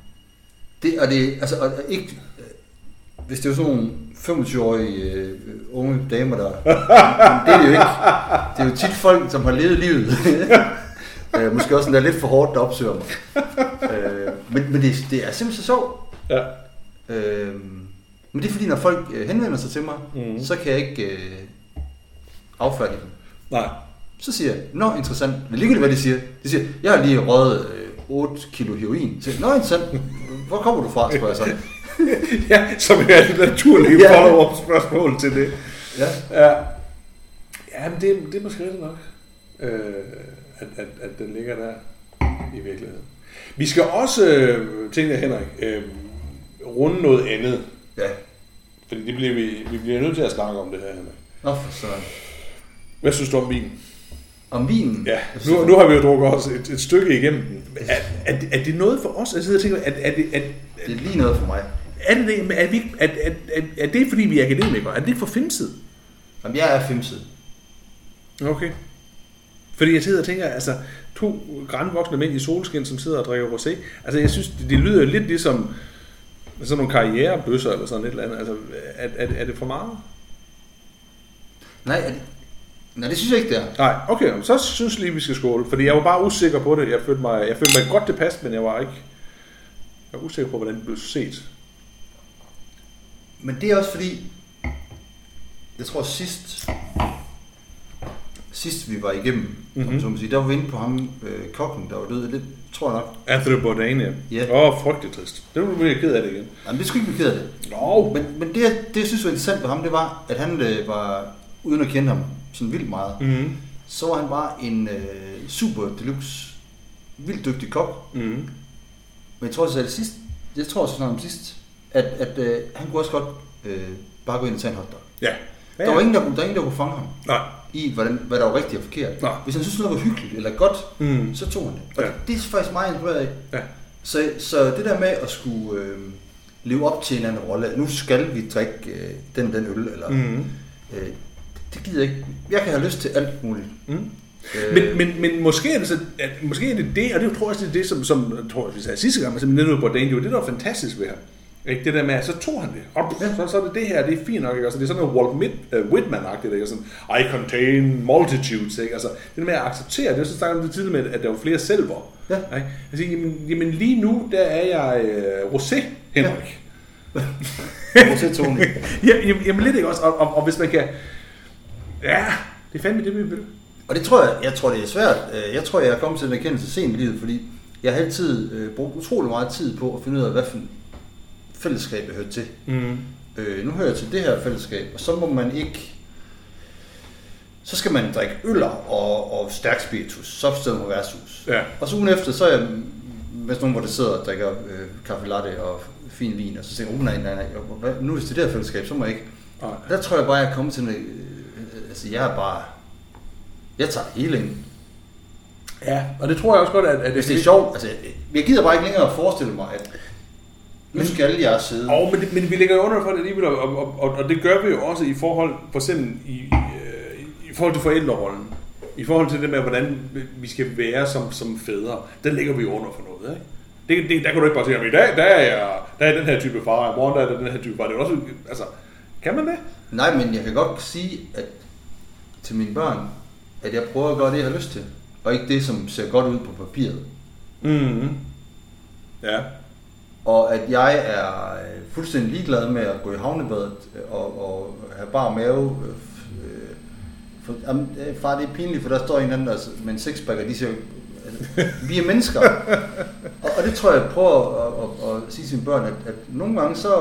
Og ikke, hvis det er jo sådan nogle 25-årige unge damer, der... det er det jo ikke. Det er jo tit folk, som har levet livet. Måske også lidt for hårdt, der opsøger mig. Men det er simpelthen så sjovt. Ja. Men det er fordi, når folk henvender sig til mig, så kan jeg ikke affærdige dem. Nej. Så siger jeg, nå, interessant. Det er ligegyldigt, hvad de siger. De siger, jeg har lige røget 8 kilo heroin. Så, nå, interessant. Hvor kommer du fra, spørger jeg så. Ja, som er et naturligt follow-up spørgsmål til det. Ja. Ja, men det er måske rigtigt nok, at den ligger der i virkeligheden. Vi skal også, tænker jeg, Henrik, runde noget andet. Ja. Fordi vi bliver nødt til at snakke om det her, Henrik. Nå, for sådan. Hvad synes du om vinen? Om vinen? Ja, nu har vi jo drukket også et stykke igennem den. Er det noget for os? Jeg sidder og tænker, det er lige noget for mig. Er det det? Er det fordi vi er akademikere? Er det ikke for femsid? Jamen, jeg er femsid. Okay. Fordi jeg sidder og tænker, altså 2 grandvoksne mænd i solskin, som sidder og drikker rosé. Altså jeg synes, det lyder lidt ligesom sådan nogle karrierebøsser eller sådan et eller andet. Altså, er det for meget? Nej, det synes jeg ikke, det er. Nej, okay, så synes jeg lige, vi skal skåle. Fordi jeg var bare usikker på det. Jeg følte mig godt tilpas, men jeg var usikker på, hvordan det blev set. Men det er også fordi, jeg tror sidst vi var igennem, så man sige, der var vi inde på ham, kokken, der var død. Det tror jeg nok. Anthony Bourdain, ja. Frygteligt trist. Det ville du blive ked af det igen. Jamen, det skulle ikke blive ked af det. No. Men det, jeg synes var interessant ved ham, det var, at han var, uden at kende ham sådan vildt meget, så var han bare en super deluxe, vildt dygtig kok. Men jeg tror også, at at han kunne også godt bare gå ind og tage en hotdog. Ja. Der var ingen, der kunne fange ham. Nej. I hvad der var rigtigt og forkert. Nej. Hvis han synes noget var hyggeligt eller godt, så tog han det. Og det er faktisk meget inspireret af. Ja. Så det der med at skulle leve op til en anden rolle, nu skal vi drikke den øl, eller det gider jeg ikke. Jeg kan have lyst til alt muligt. Men måske er det så, måske er det, og det tror jeg, det er det, som jeg tror, vi sagde sidste gang, altså nede på Bourdain, det der var fantastisk ved ham. Ikke? Det der med, så tog han det. Og så er det her, det er fint nok. Ikke? Altså, det er sådan noget Walt Whitman-agtigt. Ikke? Sådan, I contain multitudes. Ikke? Altså, det der med at acceptere, det er så snakket om det tidligere med, at der var flere selver. Ja. Ikke? Altså, jamen lige nu, der er jeg rosé, Henrik. Ja. Rosé-tone. Jamen lidt, ikke også? Og hvis man kan... Ja, det er fandme det, vi vil. Og det tror jeg tror, det er svært. Jeg tror, jeg er kommet til en erkendelse sent i livet, fordi jeg har altid brugt utrolig meget tid på at finde ud af, hvad for fællesskab jeg hører til. Nu hører jeg til det her fællesskab, og så må man ikke... Så skal man drikke øller og stærk spiritus, så stedet må værtshus. Ja. Og så ugen efter, så er jeg med nogen, hvor der sidder og drikker kaffe latte og fin vin, og så siger jeg, nej, nu er det til det her fællesskab, så må jeg ikke. Der tror jeg bare, jeg er kommet til en... Altså, jeg tager hele ind. Ja, og det tror jeg også godt, at hvis det er sjovt, altså, jeg gider bare ikke længere at forestille mig, at nu skal jeg sidde. Men vi ligger jo under for det alligevel, og det gør vi jo også i forhold, for eksempel i forhold til forældrerollen. I forhold til det med, hvordan vi skal være som fædre, der ligger vi jo under for noget, ikke? Der kan du ikke bare sige, at i dag, der er den her type far, i morgen der er den her type far. Det er også, altså, kan man det? Nej, men jeg kan godt sige, at til mine børn, at jeg prøver at gøre det, jeg har lyst til, og ikke det, som ser godt ud på papiret. Ja. Og at jeg er fuldstændig ligeglad med at gå i havnebadet og have bare mave. Far, det er pinligt, for der står en anden der med en sixpack, og de siger, altså, vi er mennesker. og det tror jeg prøver at sige til mine børn, at nogle gange så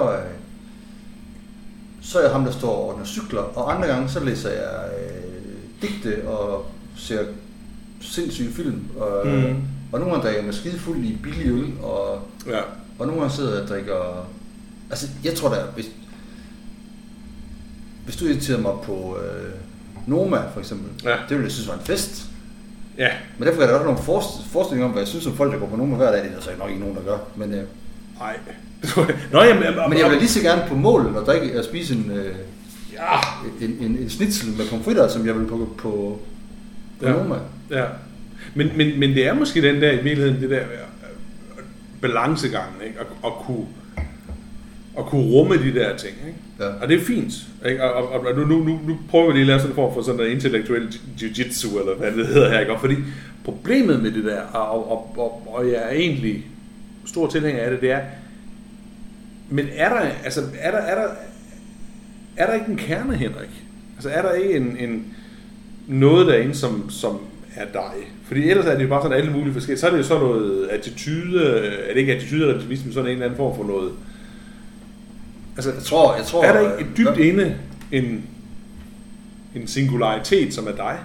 er jeg ham, der står og ordner cykler, og andre gange så læser jeg digte og ser sindssyge film. Og nogle gange drikker jeg mig skidefuld i billig øl, og nogle gange sidder jeg og drikker... Altså, jeg tror da, hvis du inviterede mig på Noma, for eksempel, det ville jeg synes var en fest. Ja. Men derfor er der også nogle forestillinger om, hvad jeg synes om folk, der går på Noma hver dag. Det er så nok ikke nogen, der gør. Men, nej. Men jeg vil lige så gerne på mål og drikke og spise en schnitzel med pomfritter, som jeg vil på Noma. Ja. Men det er måske den der i virkeligheden, det der balancegangen, ikke? At kunne rumme de der ting, ikke? Ja. Og det er fint, ikke? Og nu prøver vi lige at lave sådan en form for sådan noget intellektuel jiu-jitsu, eller hvad det hedder her, ikke? Og fordi problemet med det der, og jeg er egentlig stor tilhænger af det er, men er der ikke en kerne, Henrik? Altså er der ikke en noget derinde, som er dig? Fordi ellers er det jo bare sådan alle mulige forskellige. Så er det jo sådan noget attitude, er det ikke attitude eller relativisme, sådan en eller anden form for noget. Altså, jeg tror, er der ikke et dybt inde en singularitet, som er dig,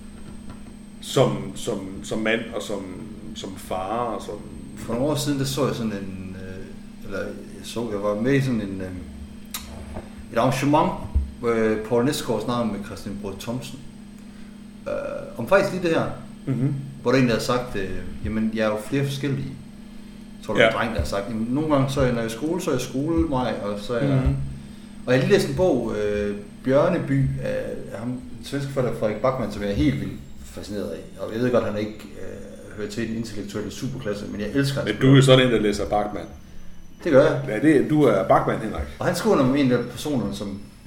som mand og som far og som... For nogle år siden, der så jeg sådan en, jeg var med i sådan et arrangement, hvor Poul Nesgaard snakkede med Christian Brød Thomsen, om faktisk lige det her, hvor der en, der havde sagt, jamen jeg er jo flere forskellige. Jeg tror, der var en dreng, der har sagt, jamen, nogle gange, så er jeg, når jeg er i skole, så er jeg skolemaj, og så er jeg... Og jeg lige læste en bog, Bjørneby, af ham, den svenske forfatter Frederik Backman, som jeg er helt vildt fascineret af. Og jeg ved godt, at han ikke hører til den intellektuelle superklasse, men jeg elsker hans. Men du er sådan en, der læser Backman. Det gør jeg. Ja, du er Backman, Henrik. Og han skriver om en af personerne,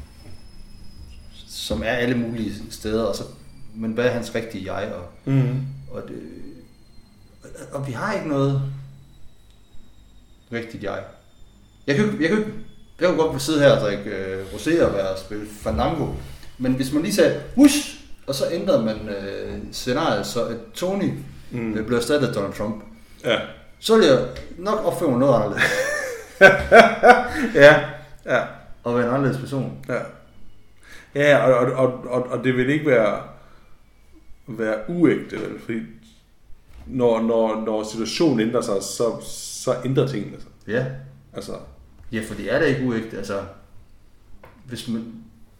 som er alle mulige steder, og så, men hvad er hans rigtige jeg? Og vi har ikke noget rigtigt jeg. Jeg kunne godt sidde her og drikke rosé og være spille Fandango, men hvis man lige sagde whoosh, og så ændrede man scenariet, så at Tony blev erstattet af Donald Trump, så ville jeg nok opføre mig noget anderledes. Ja. Og være en anderledes person. Ja, og det vil ikke være uægte, vel? Fordi når situationen ændrer sig, så ændrer tingene sig. Ja. Altså. Ja, for det er da ikke uægte. Altså, hvis man...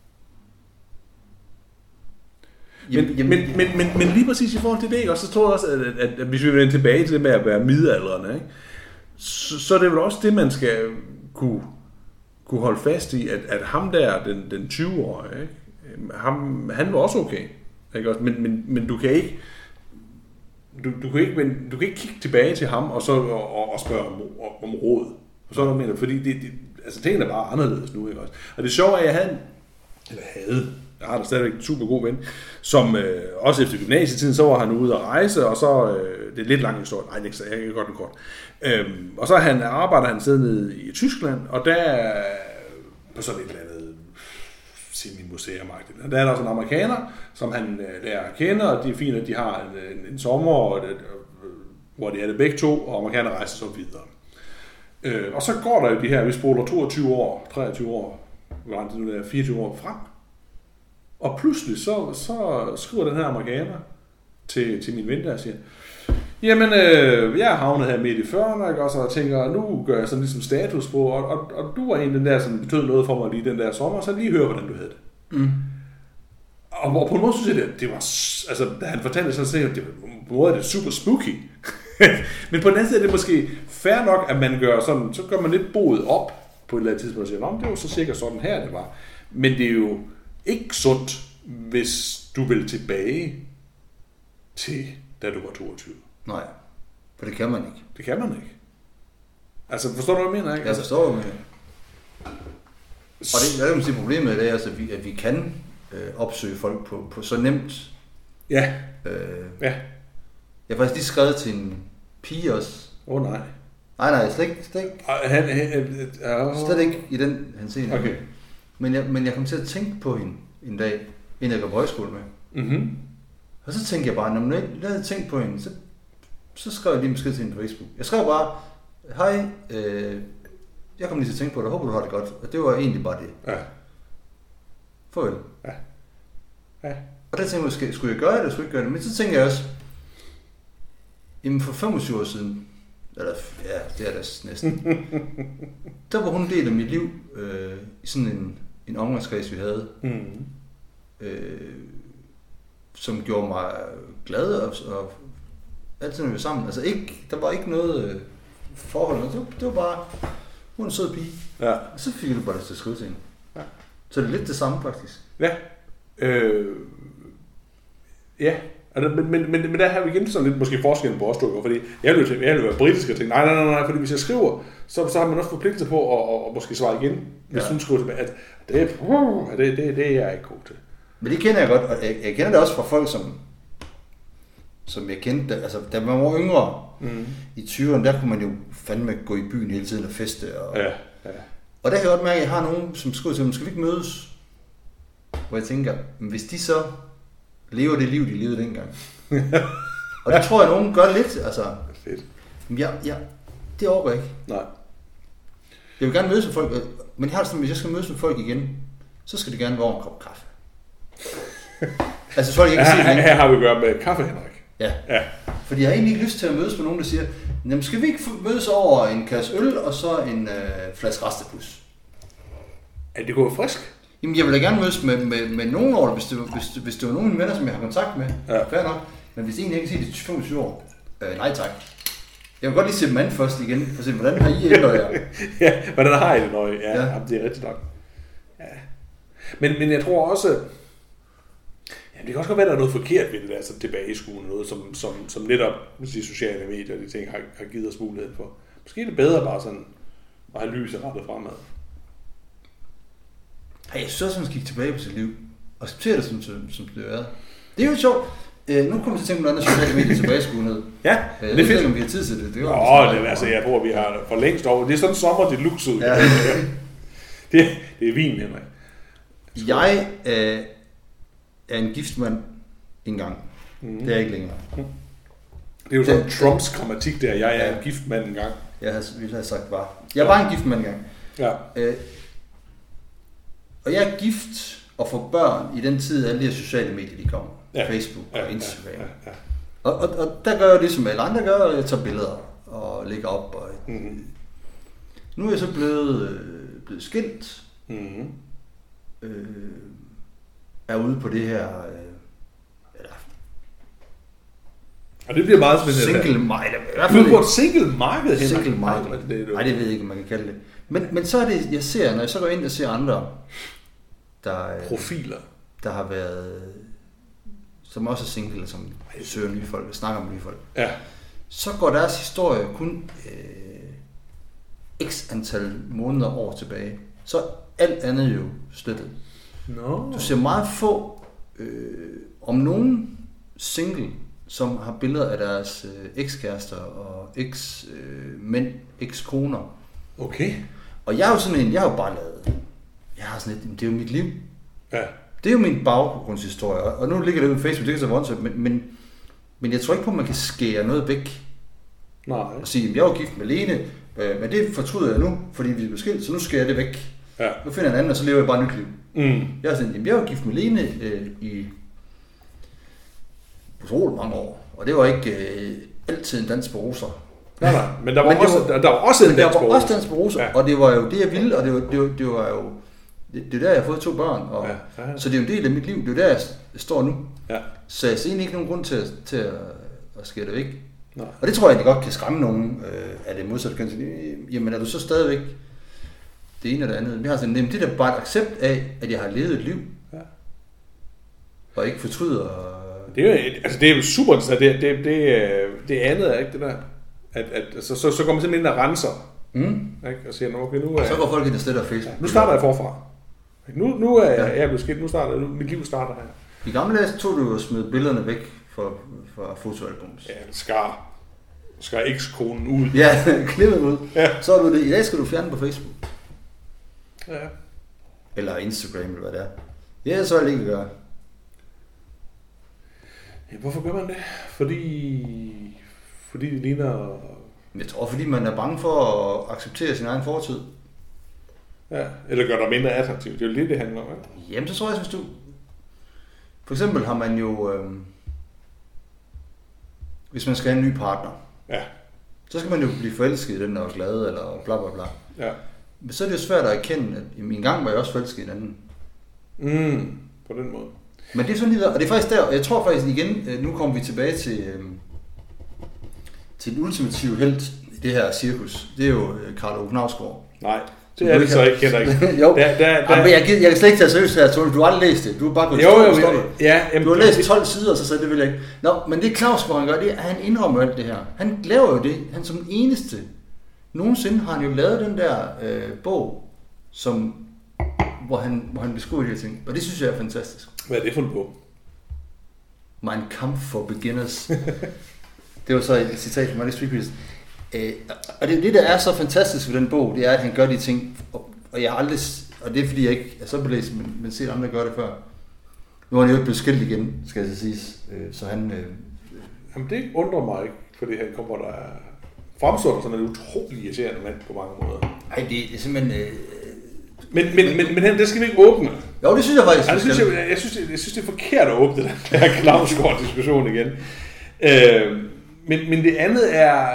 Men lige præcis i forhold til det, og så tror jeg også, at hvis vi vender tilbage til det med at være midaldrende, ikke? Så er det vel også det, man skal kunne holde fast i, at ham der, den 20-årige, ikke? Han var også okay, ikke? Men du kan ikke du kan ikke kigge tilbage til ham og så og spørge om råd. Så er der mener, fordi altså tingene er bare anderledes nu, ikke også? Og det sjove er, at jeg har da stadigvæk en super god ven, som også efter gymnasietiden, så var han ude at rejse, og så, det er lidt lang historie, nej, jeg kan godt det kort. Og så arbejder han siddet nede i Tyskland, og der på sådan et eller andet semi-museum-agtigt. Der er der også en amerikaner, som han lærer at kende, og det er fint, at de har en sommer, hvor de er det begge to, og amerikaner rejser så videre. Og så går der jo de her, vi spoler 22 år, 23 år, hvor langt det nu er, 24 år frem. Og pludselig så skriver den her amerikaner til min ven der og siger, jamen, jeg er havnet her midt i 40'erne, og så tænker, nu gør jeg sådan ligesom status på, og du var en den der, som betød noget for mig lige den der sommer, så lige hør, hvordan du havde det. Og hvor på en måde synes jeg, det var, altså, da han fortalte det, så sagde jeg, det var på en måde, det er super spooky. Men på den anden side er det måske fair nok, at man gør sådan, så gør man lidt boet op på et eller andet tidspunkt, og siger, det var så sikkert sådan her, det var. Men det er jo ikke sundt, hvis du vil tilbage til, da du var 22. Nej, for det kan man ikke. Det kan man ikke. Altså, forstår du, hvad jeg mener, ikke? Jeg forstår, hvad jeg mener. Og det er jo måske problemet i dag, altså, at vi kan opsøge folk på så nemt. Ja. Ja. Jeg har faktisk lige skrevet til en pige også. Nej. Nej, slet ikke. Slet ikke i den henseende. Okay. Men jeg kom til at tænke på hende en dag, inden jeg går på højskole med. Mm-hmm. Og så tænkte jeg bare, når jeg havde tænkt på hende, så skrev jeg lige en besked til hende på Facebook. Jeg skrev bare, hej, jeg kom lige til at tænke på dig, håber du har det godt. Og det var egentlig bare det. Ja. Farvel. Ja. Og der tænkte jeg, skulle jeg gøre det, eller skulle jeg ikke gøre det? Men så tænkte jeg også, jamen for 25 år siden, eller ja, det er det næsten, der var hun en del af mit liv, i sådan en omgangskreds, vi havde, som gjorde mig glad, og altid når vi var sammen. Altså der var ikke noget forhold, det var bare, hun er en sød pige. Ja. Og så fik jeg bare lyst til at skrive til hende. Ja. Så det er lidt det samme faktisk. Ja. Ja. Men der har vi igen sådan lidt måske forskellen på os to, fordi jeg vil være britisk og tænke, nej, fordi hvis jeg skriver, så har man også forpligtelse på at måske svare igen, hvis hun skriver tilbage, at det er jeg ikke god til. Men det kender jeg godt, og jeg kender det også fra folk, som jeg kendte, altså da man var yngre, i 20'erne, der kunne man jo fandme gå i byen hele tiden og feste. Og der kan jeg godt mærke, at jeg har nogen, som skriver til dem, skal vi ikke mødes? Hvor jeg tænker, men hvis de så lever det liv, de levede dengang. Og det tror jeg, nogen gør lidt, altså. Fedt. Men det overgår jeg ikke. Nej. Jeg vil gerne mødes med folk, men jeg har det sådan, hvis jeg skal mødes med folk igen, så skal det gerne være en kop kaffe. Altså folk ikke kan se her har vi at gøre med kaffe, Henrik. Ja. Fordi jeg har egentlig ikke lyst til at mødes med nogen, der siger, jamen skal vi ikke mødes over en kasse øl, og så en flaske restepus? Ja, det kunne være frisk. Jamen jeg vil da gerne mødes med nogen over det, hvis det var nogen af mine venner, som jeg har kontakt med. Ja. Fair nok. Men hvis en ikke kan se det 25 år, nej tak. Jeg vil godt lige se dem an først igen, for at se, hvordan har I ændret jer? Ja, hvordan har I det nøje? Ja. Det er rigtigt nok. Ja. Men jeg tror også, det kan også godt være, at der er noget forkert ved det der, så tilbage i skolen, noget som netop de sociale medier og de ting har givet os mulighed for. Måske er det bedre bare sådan at have lyset rettet fremad. Jeg synes også, man skal kigge tilbage på sit liv og acceptere det, som det er. Det er jo sjovt. Nu kommer jeg til at tænke på noget andet sociale medier tilbage i skolen. Ja, det er fedt. Om vi har tid til det. Det jeg tror, vi har for længst over. Det er sådan sommer, det luksus. Ja. Det er vin, Henrik. Jeg er en gift mand engang. Det er jeg ikke længere. Det er jo sådan Trumps grammatik der. Jeg er en gift mand engang. Jeg ville have sagt bare. Jeg var en gift mand engang. Ja. Og jeg er gift og får børn i den tid, alle de her sociale medier, de kommer. Ja. Facebook og Instagram. Ja. Og der gør jeg det, som alle andre gør, og jeg tager billeder og lægger op. Og nu er jeg så blevet skilt. Er ude på det her... og det bliver meget spændende. Single market. Du er på et single marked, Henrik. Single market. Nej, det ved jeg ikke, om man kan kalde det. Men så er det, jeg ser, når jeg så går ind og ser andre, der... profiler. Der har været... Som også er single, som søger nye folk, snakker med nye folk. Ja. Så går deres historie kun x antal måneder år tilbage. Så alt andet jo slettet. No. Du ser meget få, om nogen single, som har billeder af deres ekskærester og eks-mænd, ekskoner. Okay. Og jeg er jo sådan en, jeg har jo bare lavet, jeg har sådan et, det er jo mit liv. Ja. Det er jo min baggrundshistorie, og nu ligger det på Facebook, det er så voldsomt, men jeg tror ikke på, at man kan skære noget væk. Nej. Og sige, jeg er jo gift med Lene, men det fortryder jeg nu, fordi vi er beskilt, så nu skærer jeg det væk. Ja. Nu finder jeg en anden, og så lever jeg bare et nyt liv. Jeg er sådan, jeg er jo gift med Lene i utroligt mange år, og det var ikke altid en dans på roser. Nej, men der var også en dans på roser. Der var også dans på roser, ja. Og det var jo det, jeg ville, og det var jo... Det er der, jeg har fået 2 børn, og så det er jo en del af mit liv. Det er jo der, jeg står nu. Ja. Så jeg ser egentlig ikke nogen grund til at skære det væk. Nej. Og det tror jeg egentlig godt kan skræmme nogen af det modsatte køn. Jamen er du så stadigvæk det ene eller det andet? Vi har sådan, det er da bare et accept af, at jeg har levet et liv. Ja. Og ikke fortryder. Det er jo super. Det andet er ikke det der. Så går man simpelthen ind og renser. Ikke? Og siger, okay, nu så går folk ind og sletter Facebook. Nu starter jeg forfra. Nu er jeg blevet skidt. Mit liv starter her. I gamle dage tog du jo smidt billederne væk fra fotoalbums. Ja, skar ekskonen ud. Ja, klippet ud. Ja. Så er du det. I dag skal du fjerne på Facebook. Ja. Eller Instagram, eller hvad det er. Ja, så er det ikke at gøre. Ja, hvorfor gør man det? Fordi det ligner... Jeg tror, fordi man er bange for at acceptere sin egen fortid. Ja, eller gør dig mindre attraktivt. Det er jo lidt, det handler om, ikke? Jamen, så tror jeg, hvis du... For eksempel har man jo... Hvis man skal have en ny partner. Ja. Så skal man jo blive forelsket i den, og glad, eller bla bla bla. Ja. Men så er det jo svært at erkende, at en gang var jeg også forelsket i en anden. På den måde. Men det er sådan lige, og det er faktisk der, jeg tror faktisk igen, nu kommer vi tilbage til den ultimative helt i det her cirkus. Det er jo Karl Ove Knausgård. Nej, det er det så ikke, kender ikke. Jo, men jeg kan slet ikke tage seriøst her, Tony. Du har aldrig læst det. Du har bare gået du har læst 12 sider, så sagde det vil jeg ikke. Nå, men det Knausgård han gør, det er, at han indrømmer alt det her. Han laver jo det. Han som den eneste. Nogensinde har han jo lavet den der bog, hvor han beskriver de her ting. Og det synes jeg er fantastisk. Hvad er det for en bog? Mein Kampf for Beginners. Det var så et citat fra Manic Street Preachers. Og det der er så fantastisk ved den bog, det er, at han gør de ting, og jeg har aldrig, og det er fordi jeg ikke er så belæst, men set andre gøre det før. Nu er han jo ikke blevet skilt igen, skal jeg så sige. Så han... Jamen det undrer mig ikke, fordi han kommer der fremstår der sådan en utrolig irriterende mand på mange måder. Nej, det er simpelthen... Men det skal vi ikke åbne. Jo, det synes jeg faktisk. Jeg synes, det er forkert at åbne den her Knausgård-diskussion igen. Men det andet er...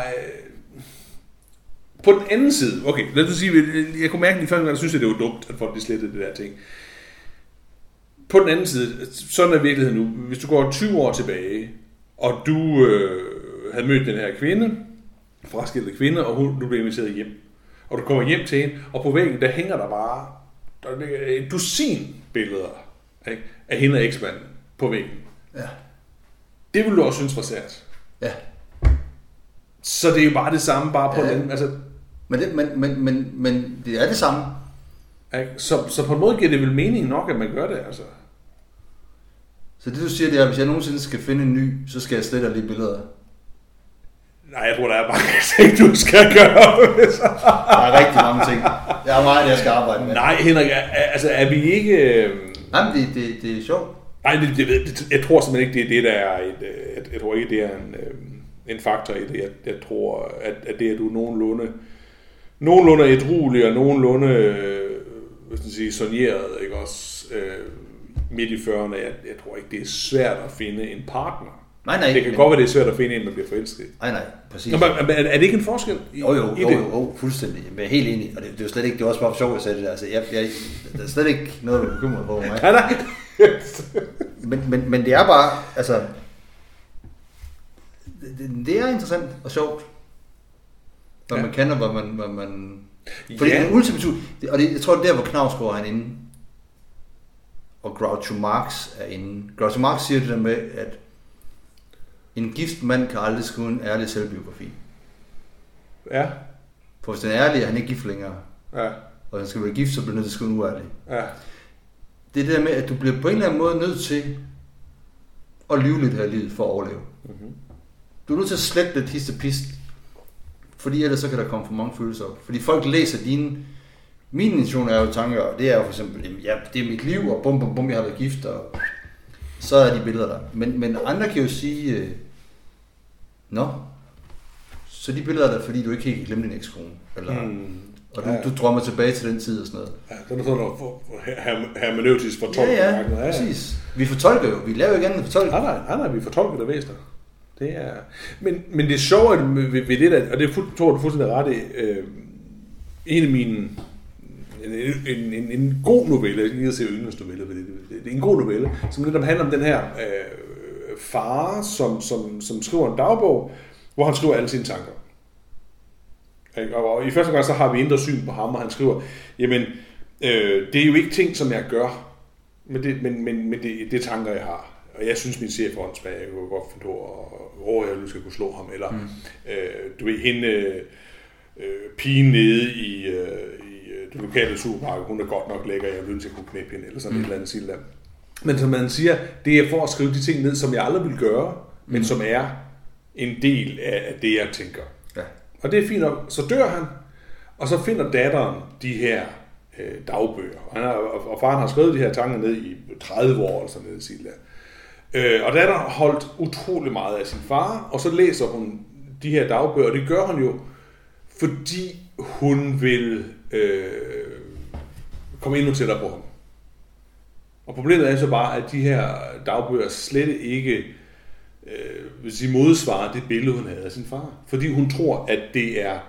På den anden side, okay, lad os sige, jeg kunne mærke, at i første gang, synes jeg, det var dumt, at folk de slettede det der ting. På den anden side, sådan er virkeligheden nu. Hvis du går 20 år tilbage, og du havde mødt den her kvinde, fraskilte kvinde, og du blev inviteret hjem. Og du kommer hjem til hende, og på væggen, der hænger der bare et dusin billeder, ikke, af hende og eksmanden på væggen. Ja. Det ville du også synes var sært. Ja. Så det er jo bare det samme, bare på den anden. Altså, men det er det samme. Ikke? Så på en måde giver det vel mening nok, at man gør det, altså. Så det du siger, det er, at hvis jeg nogensinde skal finde en ny, så skal jeg slette alle de billeder. Nej, jeg tror, der er mange ting, du skal gøre. Der er rigtig mange ting. Jeg har meget, jeg skal arbejde med. Nej, Henrik, altså er vi ikke... Nej, men det er sjovt. Nej, jeg tror simpelthen ikke, det er det, der er et... Jeg tror ikke, det er en faktor i det. Jeg tror, at det, at du er nogenlunde ædruelig og nogenlunde, hvad skal jeg sige, soneret, ikke også, midt i 40'erne. Jeg tror ikke, det er svært at finde en partner. Nej, det kan godt være, det er svært at finde en, man bliver forelsket. Nej, præcis. Nå, men er det ikke en forskel Jo, fuldstændig. Jeg er helt enig. Og det er jo slet ikke, det var også bare for sjovt, jeg sagde det der. Altså, der er slet ikke noget, du er bekymret på mig. Nej. men det er bare, altså, det er interessant og sjovt. Hvad man kan, og hvad man... Fordi det er ultimativt, og jeg tror, det er der, hvor Knausgård er inde, og Groucho Marx er inde. Groucho Marx siger det der med, at en gift mand kan aldrig skrive en ærlig selvbiografi. Ja. For hvis den er ærlig, er han ikke gift længere. Ja. Og han skal være gift, så bliver nødt til at skrive en uærlig. Ja. Det er det der med, at du bliver på en eller anden måde nødt til at lyve lidt her i livet for at overleve. Mm-hmm. Du er nødt til at slette lidt hist og pist, fordi ellers så kan der komme for mange følelser op. Fordi folk læser dine... Min intention er jo tanker, og det er jo for eksempel, ja, det er mit liv, og bum, jeg har været gift, og så er de billeder der. Men andre kan jo sige, så de billeder der, fordi du ikke helt kan glemme din ekskone, eller... Og du drømmer tilbage til den tid og sådan noget. Ja, så er det sådan noget hermeneutisk fortolkning. Ja, præcis. Vi fortolker jo. Vi laver jo ikke andet fortolkning. Nej, vi fortolker det væsentligt. Det er... Men det er sjovt ved det der, og det tror du fuldstændig ret i, en af mine... En god novelle, jeg kan lige se yndlingsnovelle, det er en god novelle, som netop handler om den her far, som skriver en dagbog, hvor han skriver alle sine tanker. Og i første gang så har vi indre syn på ham, og han skriver, jamen, det er jo ikke ting, som jeg gør, men det er tanker, jeg har. Og jeg synes, min chef er åndssvag, jeg kunne godt finde på, at jeg skal kunne slå ham, eller du ved, hende pigen nede i det lokale supermarked, hun er godt nok lækker, jeg vil til at kunne knæppe hende, eller sådan et eller andet silder. Men som man siger, det er for at skrive de ting ned, som jeg aldrig vil gøre, men som er en del af det, jeg tænker. Ja. Og det er fint nok. Så dør han, og så finder datteren de her dagbøger. Og faren har skrevet de her tanker ned i 30 år, eller sådan noget silder. Og datteren har holdt utrolig meget af sin far, og så læser hun de her dagbøger, og det gør hun jo, fordi hun vil komme endnu tættere på ham. Og problemet er så bare, at de her dagbøger slet ikke vil sige, modsvarer det billede, hun havde af sin far. Fordi hun tror, at det er...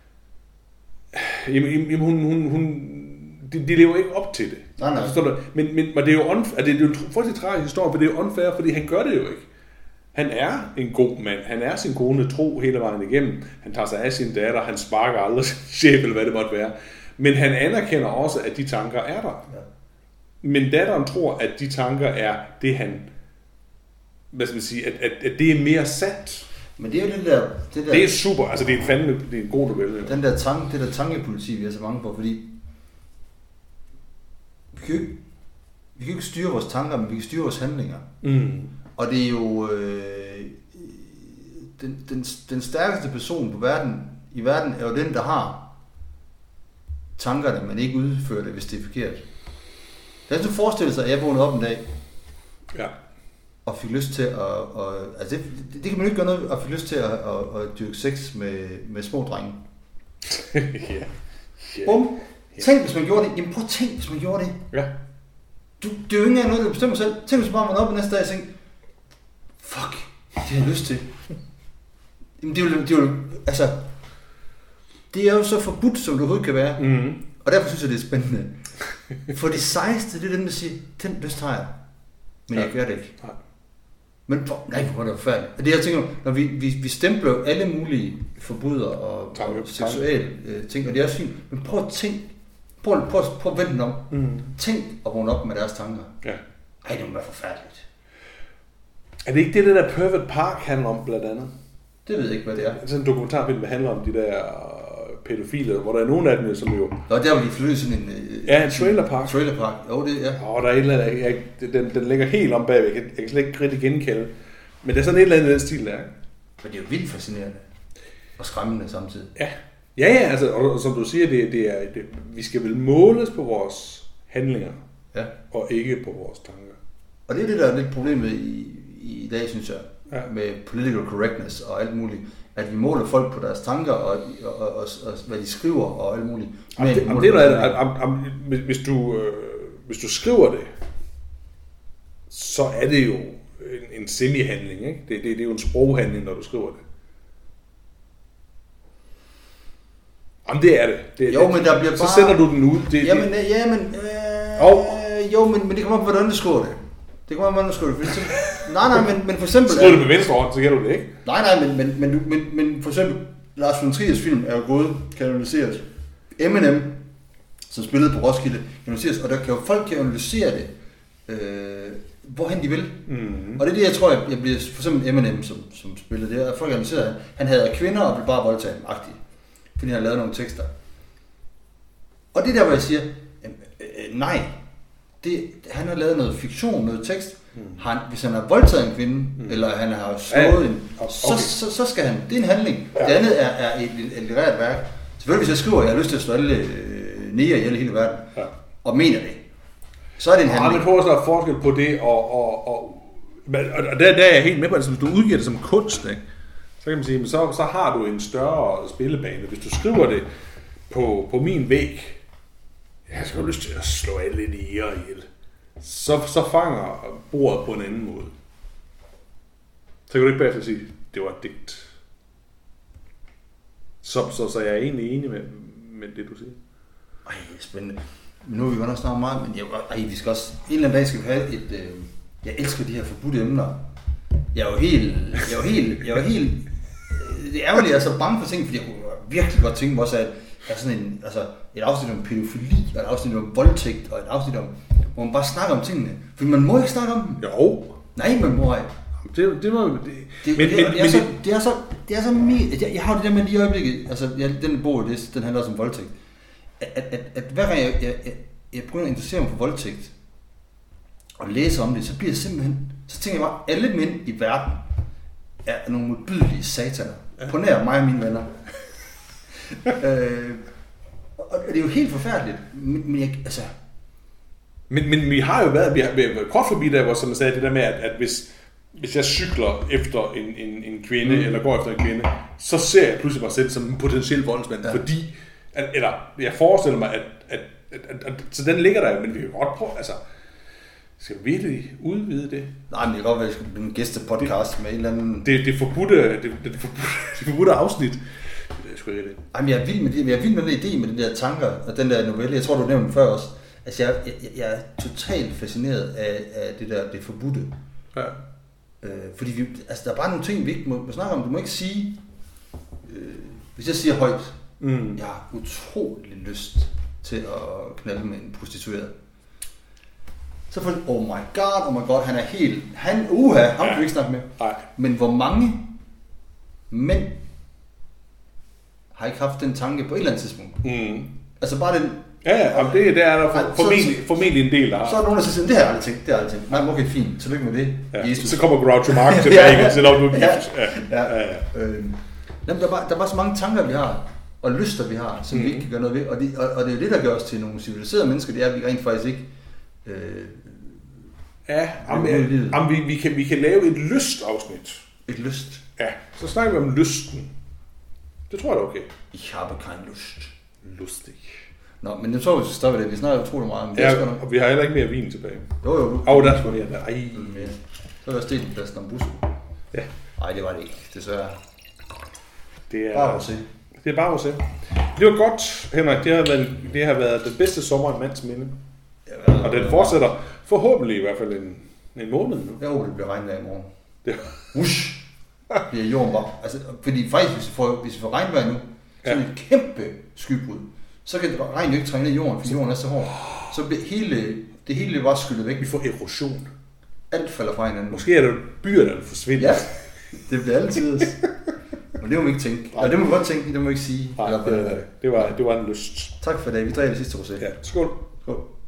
De lever ikke op til det. Nej. Men det er jo det er jo en fuldstændig tragisk historie, for det er jo unfair, fordi han gør det jo ikke. Han er en god mand. Han er sin kone tro hele vejen igennem. Han tager sig af sin datter. Han sparker aldrig sin chef, eller hvad det måtte være. Men han anerkender også, at de tanker er der. Ja. Men datteren tror, at de tanker er det, han... Hvad skal man sige? At det er mere sandt. Men det er jo det der... Det er super. Altså, det er en god novelle. Det der tankepoliti, vi er så mange på, fordi... Vi kan ikke styre vores tanker, men vi kan styre vores handlinger. Mm. Og det er jo den stærkeste person i verden er jo den, der har tankerne, men ikke udfører det, hvis det er forkert. Lad os nu forestille sig, at jeg vågnede op en dag, og fik lyst til at altså det kan man ikke gøre noget, at fik lyst til at dyrke sex med små drenge. Bum. Tænk, hvis man gjorde det. Jamen prøv at tænk, hvis man gjorde det. Ja. det er jo ikke engang noget, du bestemmer selv. Tænk så bare, man op næste dag og tænker, fuck, det har jeg lyst til. Jamen, det er jo så forbudt, som det overhovedet kan være. Mm. Og derfor synes jeg, det er spændende. For det sejeste, det er dem, der siger, den lyst har jeg. Men jeg gør det ikke. Nej. Men hvor er det forfærdeligt. Det jeg tænker, når vi stempler alle mulige forbuder og seksuelle ting, og det er også fint, men prøv at tænke, prøv at vente den om. Mm. Tænk at vågne op med deres tanker. Ja. Ej, det må være forfærdeligt. Er det ikke det der Perfect Park handler om, blandt andet? Det ved jeg ikke, hvad det er. Sådan en dokumentarfilm, der handler om de der pædofile, hvor der er nogen af dem, som jo... Nå, der var de flyttet sådan en... Ja, en trailerpark. Trailerpark, jo det er. Der er et eller andet, den ligger helt om bagved, jeg kan slet ikke rigtig genkalde. Men det er sådan et eller andet i den stil der, ikke? Men det er jo vildt fascinerende. Og skræmmende samtidig. Ja, altså, og som du siger, det, vi skal vel måles på vores handlinger, og ikke på vores tanker. Og det er det, der er lidt problemet i dag, synes jeg, med political correctness og alt muligt. At vi måler folk på deres tanker og hvad de skriver og alt muligt. Hvis du skriver det, så er det jo en semi-handling, ikke? Det er jo en sproghandling, når du skriver det. Jamen det er det. Jo, men der bliver så sender du den ud. Men det kommer op, hvordan du skriver det. Det kommer op, hvordan du skriver det. Nej, men for eksempel... Skriver du med venstre hånd, så kan du det ikke? Nej, men for eksempel, Lars von Triers film er jo gået, kan analyseres. Eminem, som spillede på Roskilde, kan analyseres, og der kan jo folk kan analysere det, hvorhen de vil. Mm-hmm. Og det er det, jeg tror, jeg bliver, for eksempel Eminem, som spillede det, og folk analyserer, han havde kvinder og blev bare voldtaget-agtigt, fordi han havde lavet nogle tekster. Og det er der, hvor jeg siger, nej, han har lavet noget fiktion, noget tekst. Hvis han har voldtaget en kvinde, eller han har slået en, så skal han. Det er en handling. Ja. Det andet er et litterært værk. Selvfølgelig, hvis jeg skriver, at jeg har lyst til at slå alle næger i hele verden, og mener det, så er det en handling. Men prøv at der forskel på det, og der er jeg helt med på, at hvis du udgiver det som kunst, ikke? Så kan man sige, så har du en større spillebane. Hvis du skriver det på min væg, jeg har så lyst til at slå alle næger ihjel. Så fanger bordet på en anden måde. Så kan du ikke bagefter sige, det var et digt. Så jeg er egentlig enig med det, du siger. Ej, spændende. Men nu er vi godt nok snart meget, men vi skal også... En eller anden dag skal vi have et... jeg elsker de her forbudte emner. Jeg er jo helt... Det er ærgerligt, jeg er så bange for ting, fordi jeg kunne virkelig godt tænke mig også, at sådan et afsnit om pædofili, og et afsnit om voldtægt, og et afsnit om, hvor man bare snakker om tingene. For man må ikke snakke om dem. Jo. Nej, man må ikke. Det må... Det er så mere... Jeg har det der med lige i øjeblikket, altså den bog, den handler også om voldtægt. At hver gang jeg begynder at interessere mig for voldtægt, og læse om det, så bliver jeg simpelthen... Så tænker jeg bare, alle mænd i verden er nogle modbydelige sataner. På nær mig og mine venner. Og det er jo helt forfærdeligt. Men vi har jo været kort forbi der, hvor som jeg sagde, det der med, at hvis jeg cykler efter en kvinde, eller går efter en kvinde, så ser jeg pludselig mig selv som en potentiel voldsmand, fordi, eller jeg forestiller mig, at så den ligger der, men vi kan godt prøve, altså, skal vi virkelig udvide det? Nej, men det kan godt være, at det skal blive en gæstepodcast med en eller anden... Det forbudte afsnit. Det er sgu ikke det. Jamen, jeg er vild med det. Jeg er vild med den idé med de der tanker og den der novelle. Jeg tror, du nævnte den før også. Altså, jeg er totalt fascineret af det forbudte. Ja. Fordi der er bare nogle ting, vi ikke må snakke om. Du må ikke sige... hvis jeg siger højt, jeg har utrolig lyst til at knalde med en prostitueret. Så får oh my god, han er helt... ham kan vi ikke snakke med. Nej. Men hvor mange mænd har ikke haft den tanke på et eller andet tidspunkt? Mm. Altså bare den... Ja, det er der formentlig en del, der har. Så er der nogen, der siger, det har jeg aldrig tænkt. Nej, okay, fint. Tillykke med det. Ja. Jesus. Så kommer Groucho Marx tilbage, selvom du er gift. Der er bare så mange tanker, vi har, og lyster, vi har, som vi ikke kan gøre noget ved. Og det er jo det, der gør os til nogle civiliserede mennesker, det er, at vi rent faktisk ikke... vi kan lave et lystafsnit. Et lyst? Ja, så snakker vi om lysten. Det tror jeg er okay. Ich habe kein Lust. Lustig. Nå, men jeg tror, vi skal stoppe det. Vi snakker utrolig meget om det. Ja, og vi har heller ikke mere vin tilbage. Jo. Der skulle det her. Ej. Så var jeg stegt pladsen om bussen. Ja. Nej, det var det ikke. Desværre. Det er bare rosé. Det er bare rosé. Det var godt, Henrik. Det har været den bedste sommer i mands minde. Og den fortsætter forhåbentlig i hvert fald en måned nu. Jeg håber, det bliver regnvejr i morgen. Ush! Bliver jorden bare. Altså, fordi faktisk, hvis vi får regnvejr nu, så er det et kæmpe skybrud. Så kan regnen jo ikke trænge ned i jorden, fordi jorden er så hård. Så bliver det hele bare skyllet væk. Vi får erosion. Alt falder fra hinanden. Måske er det byer, der forsvinder. Ja, det bliver altid. Men det må vi ikke tænke. Ja, det må vi godt tænke, det må vi ikke sige. Nej, det var en lyst. Tak for det. Vi drikker det sidste rosé. Ja, skål. Skål.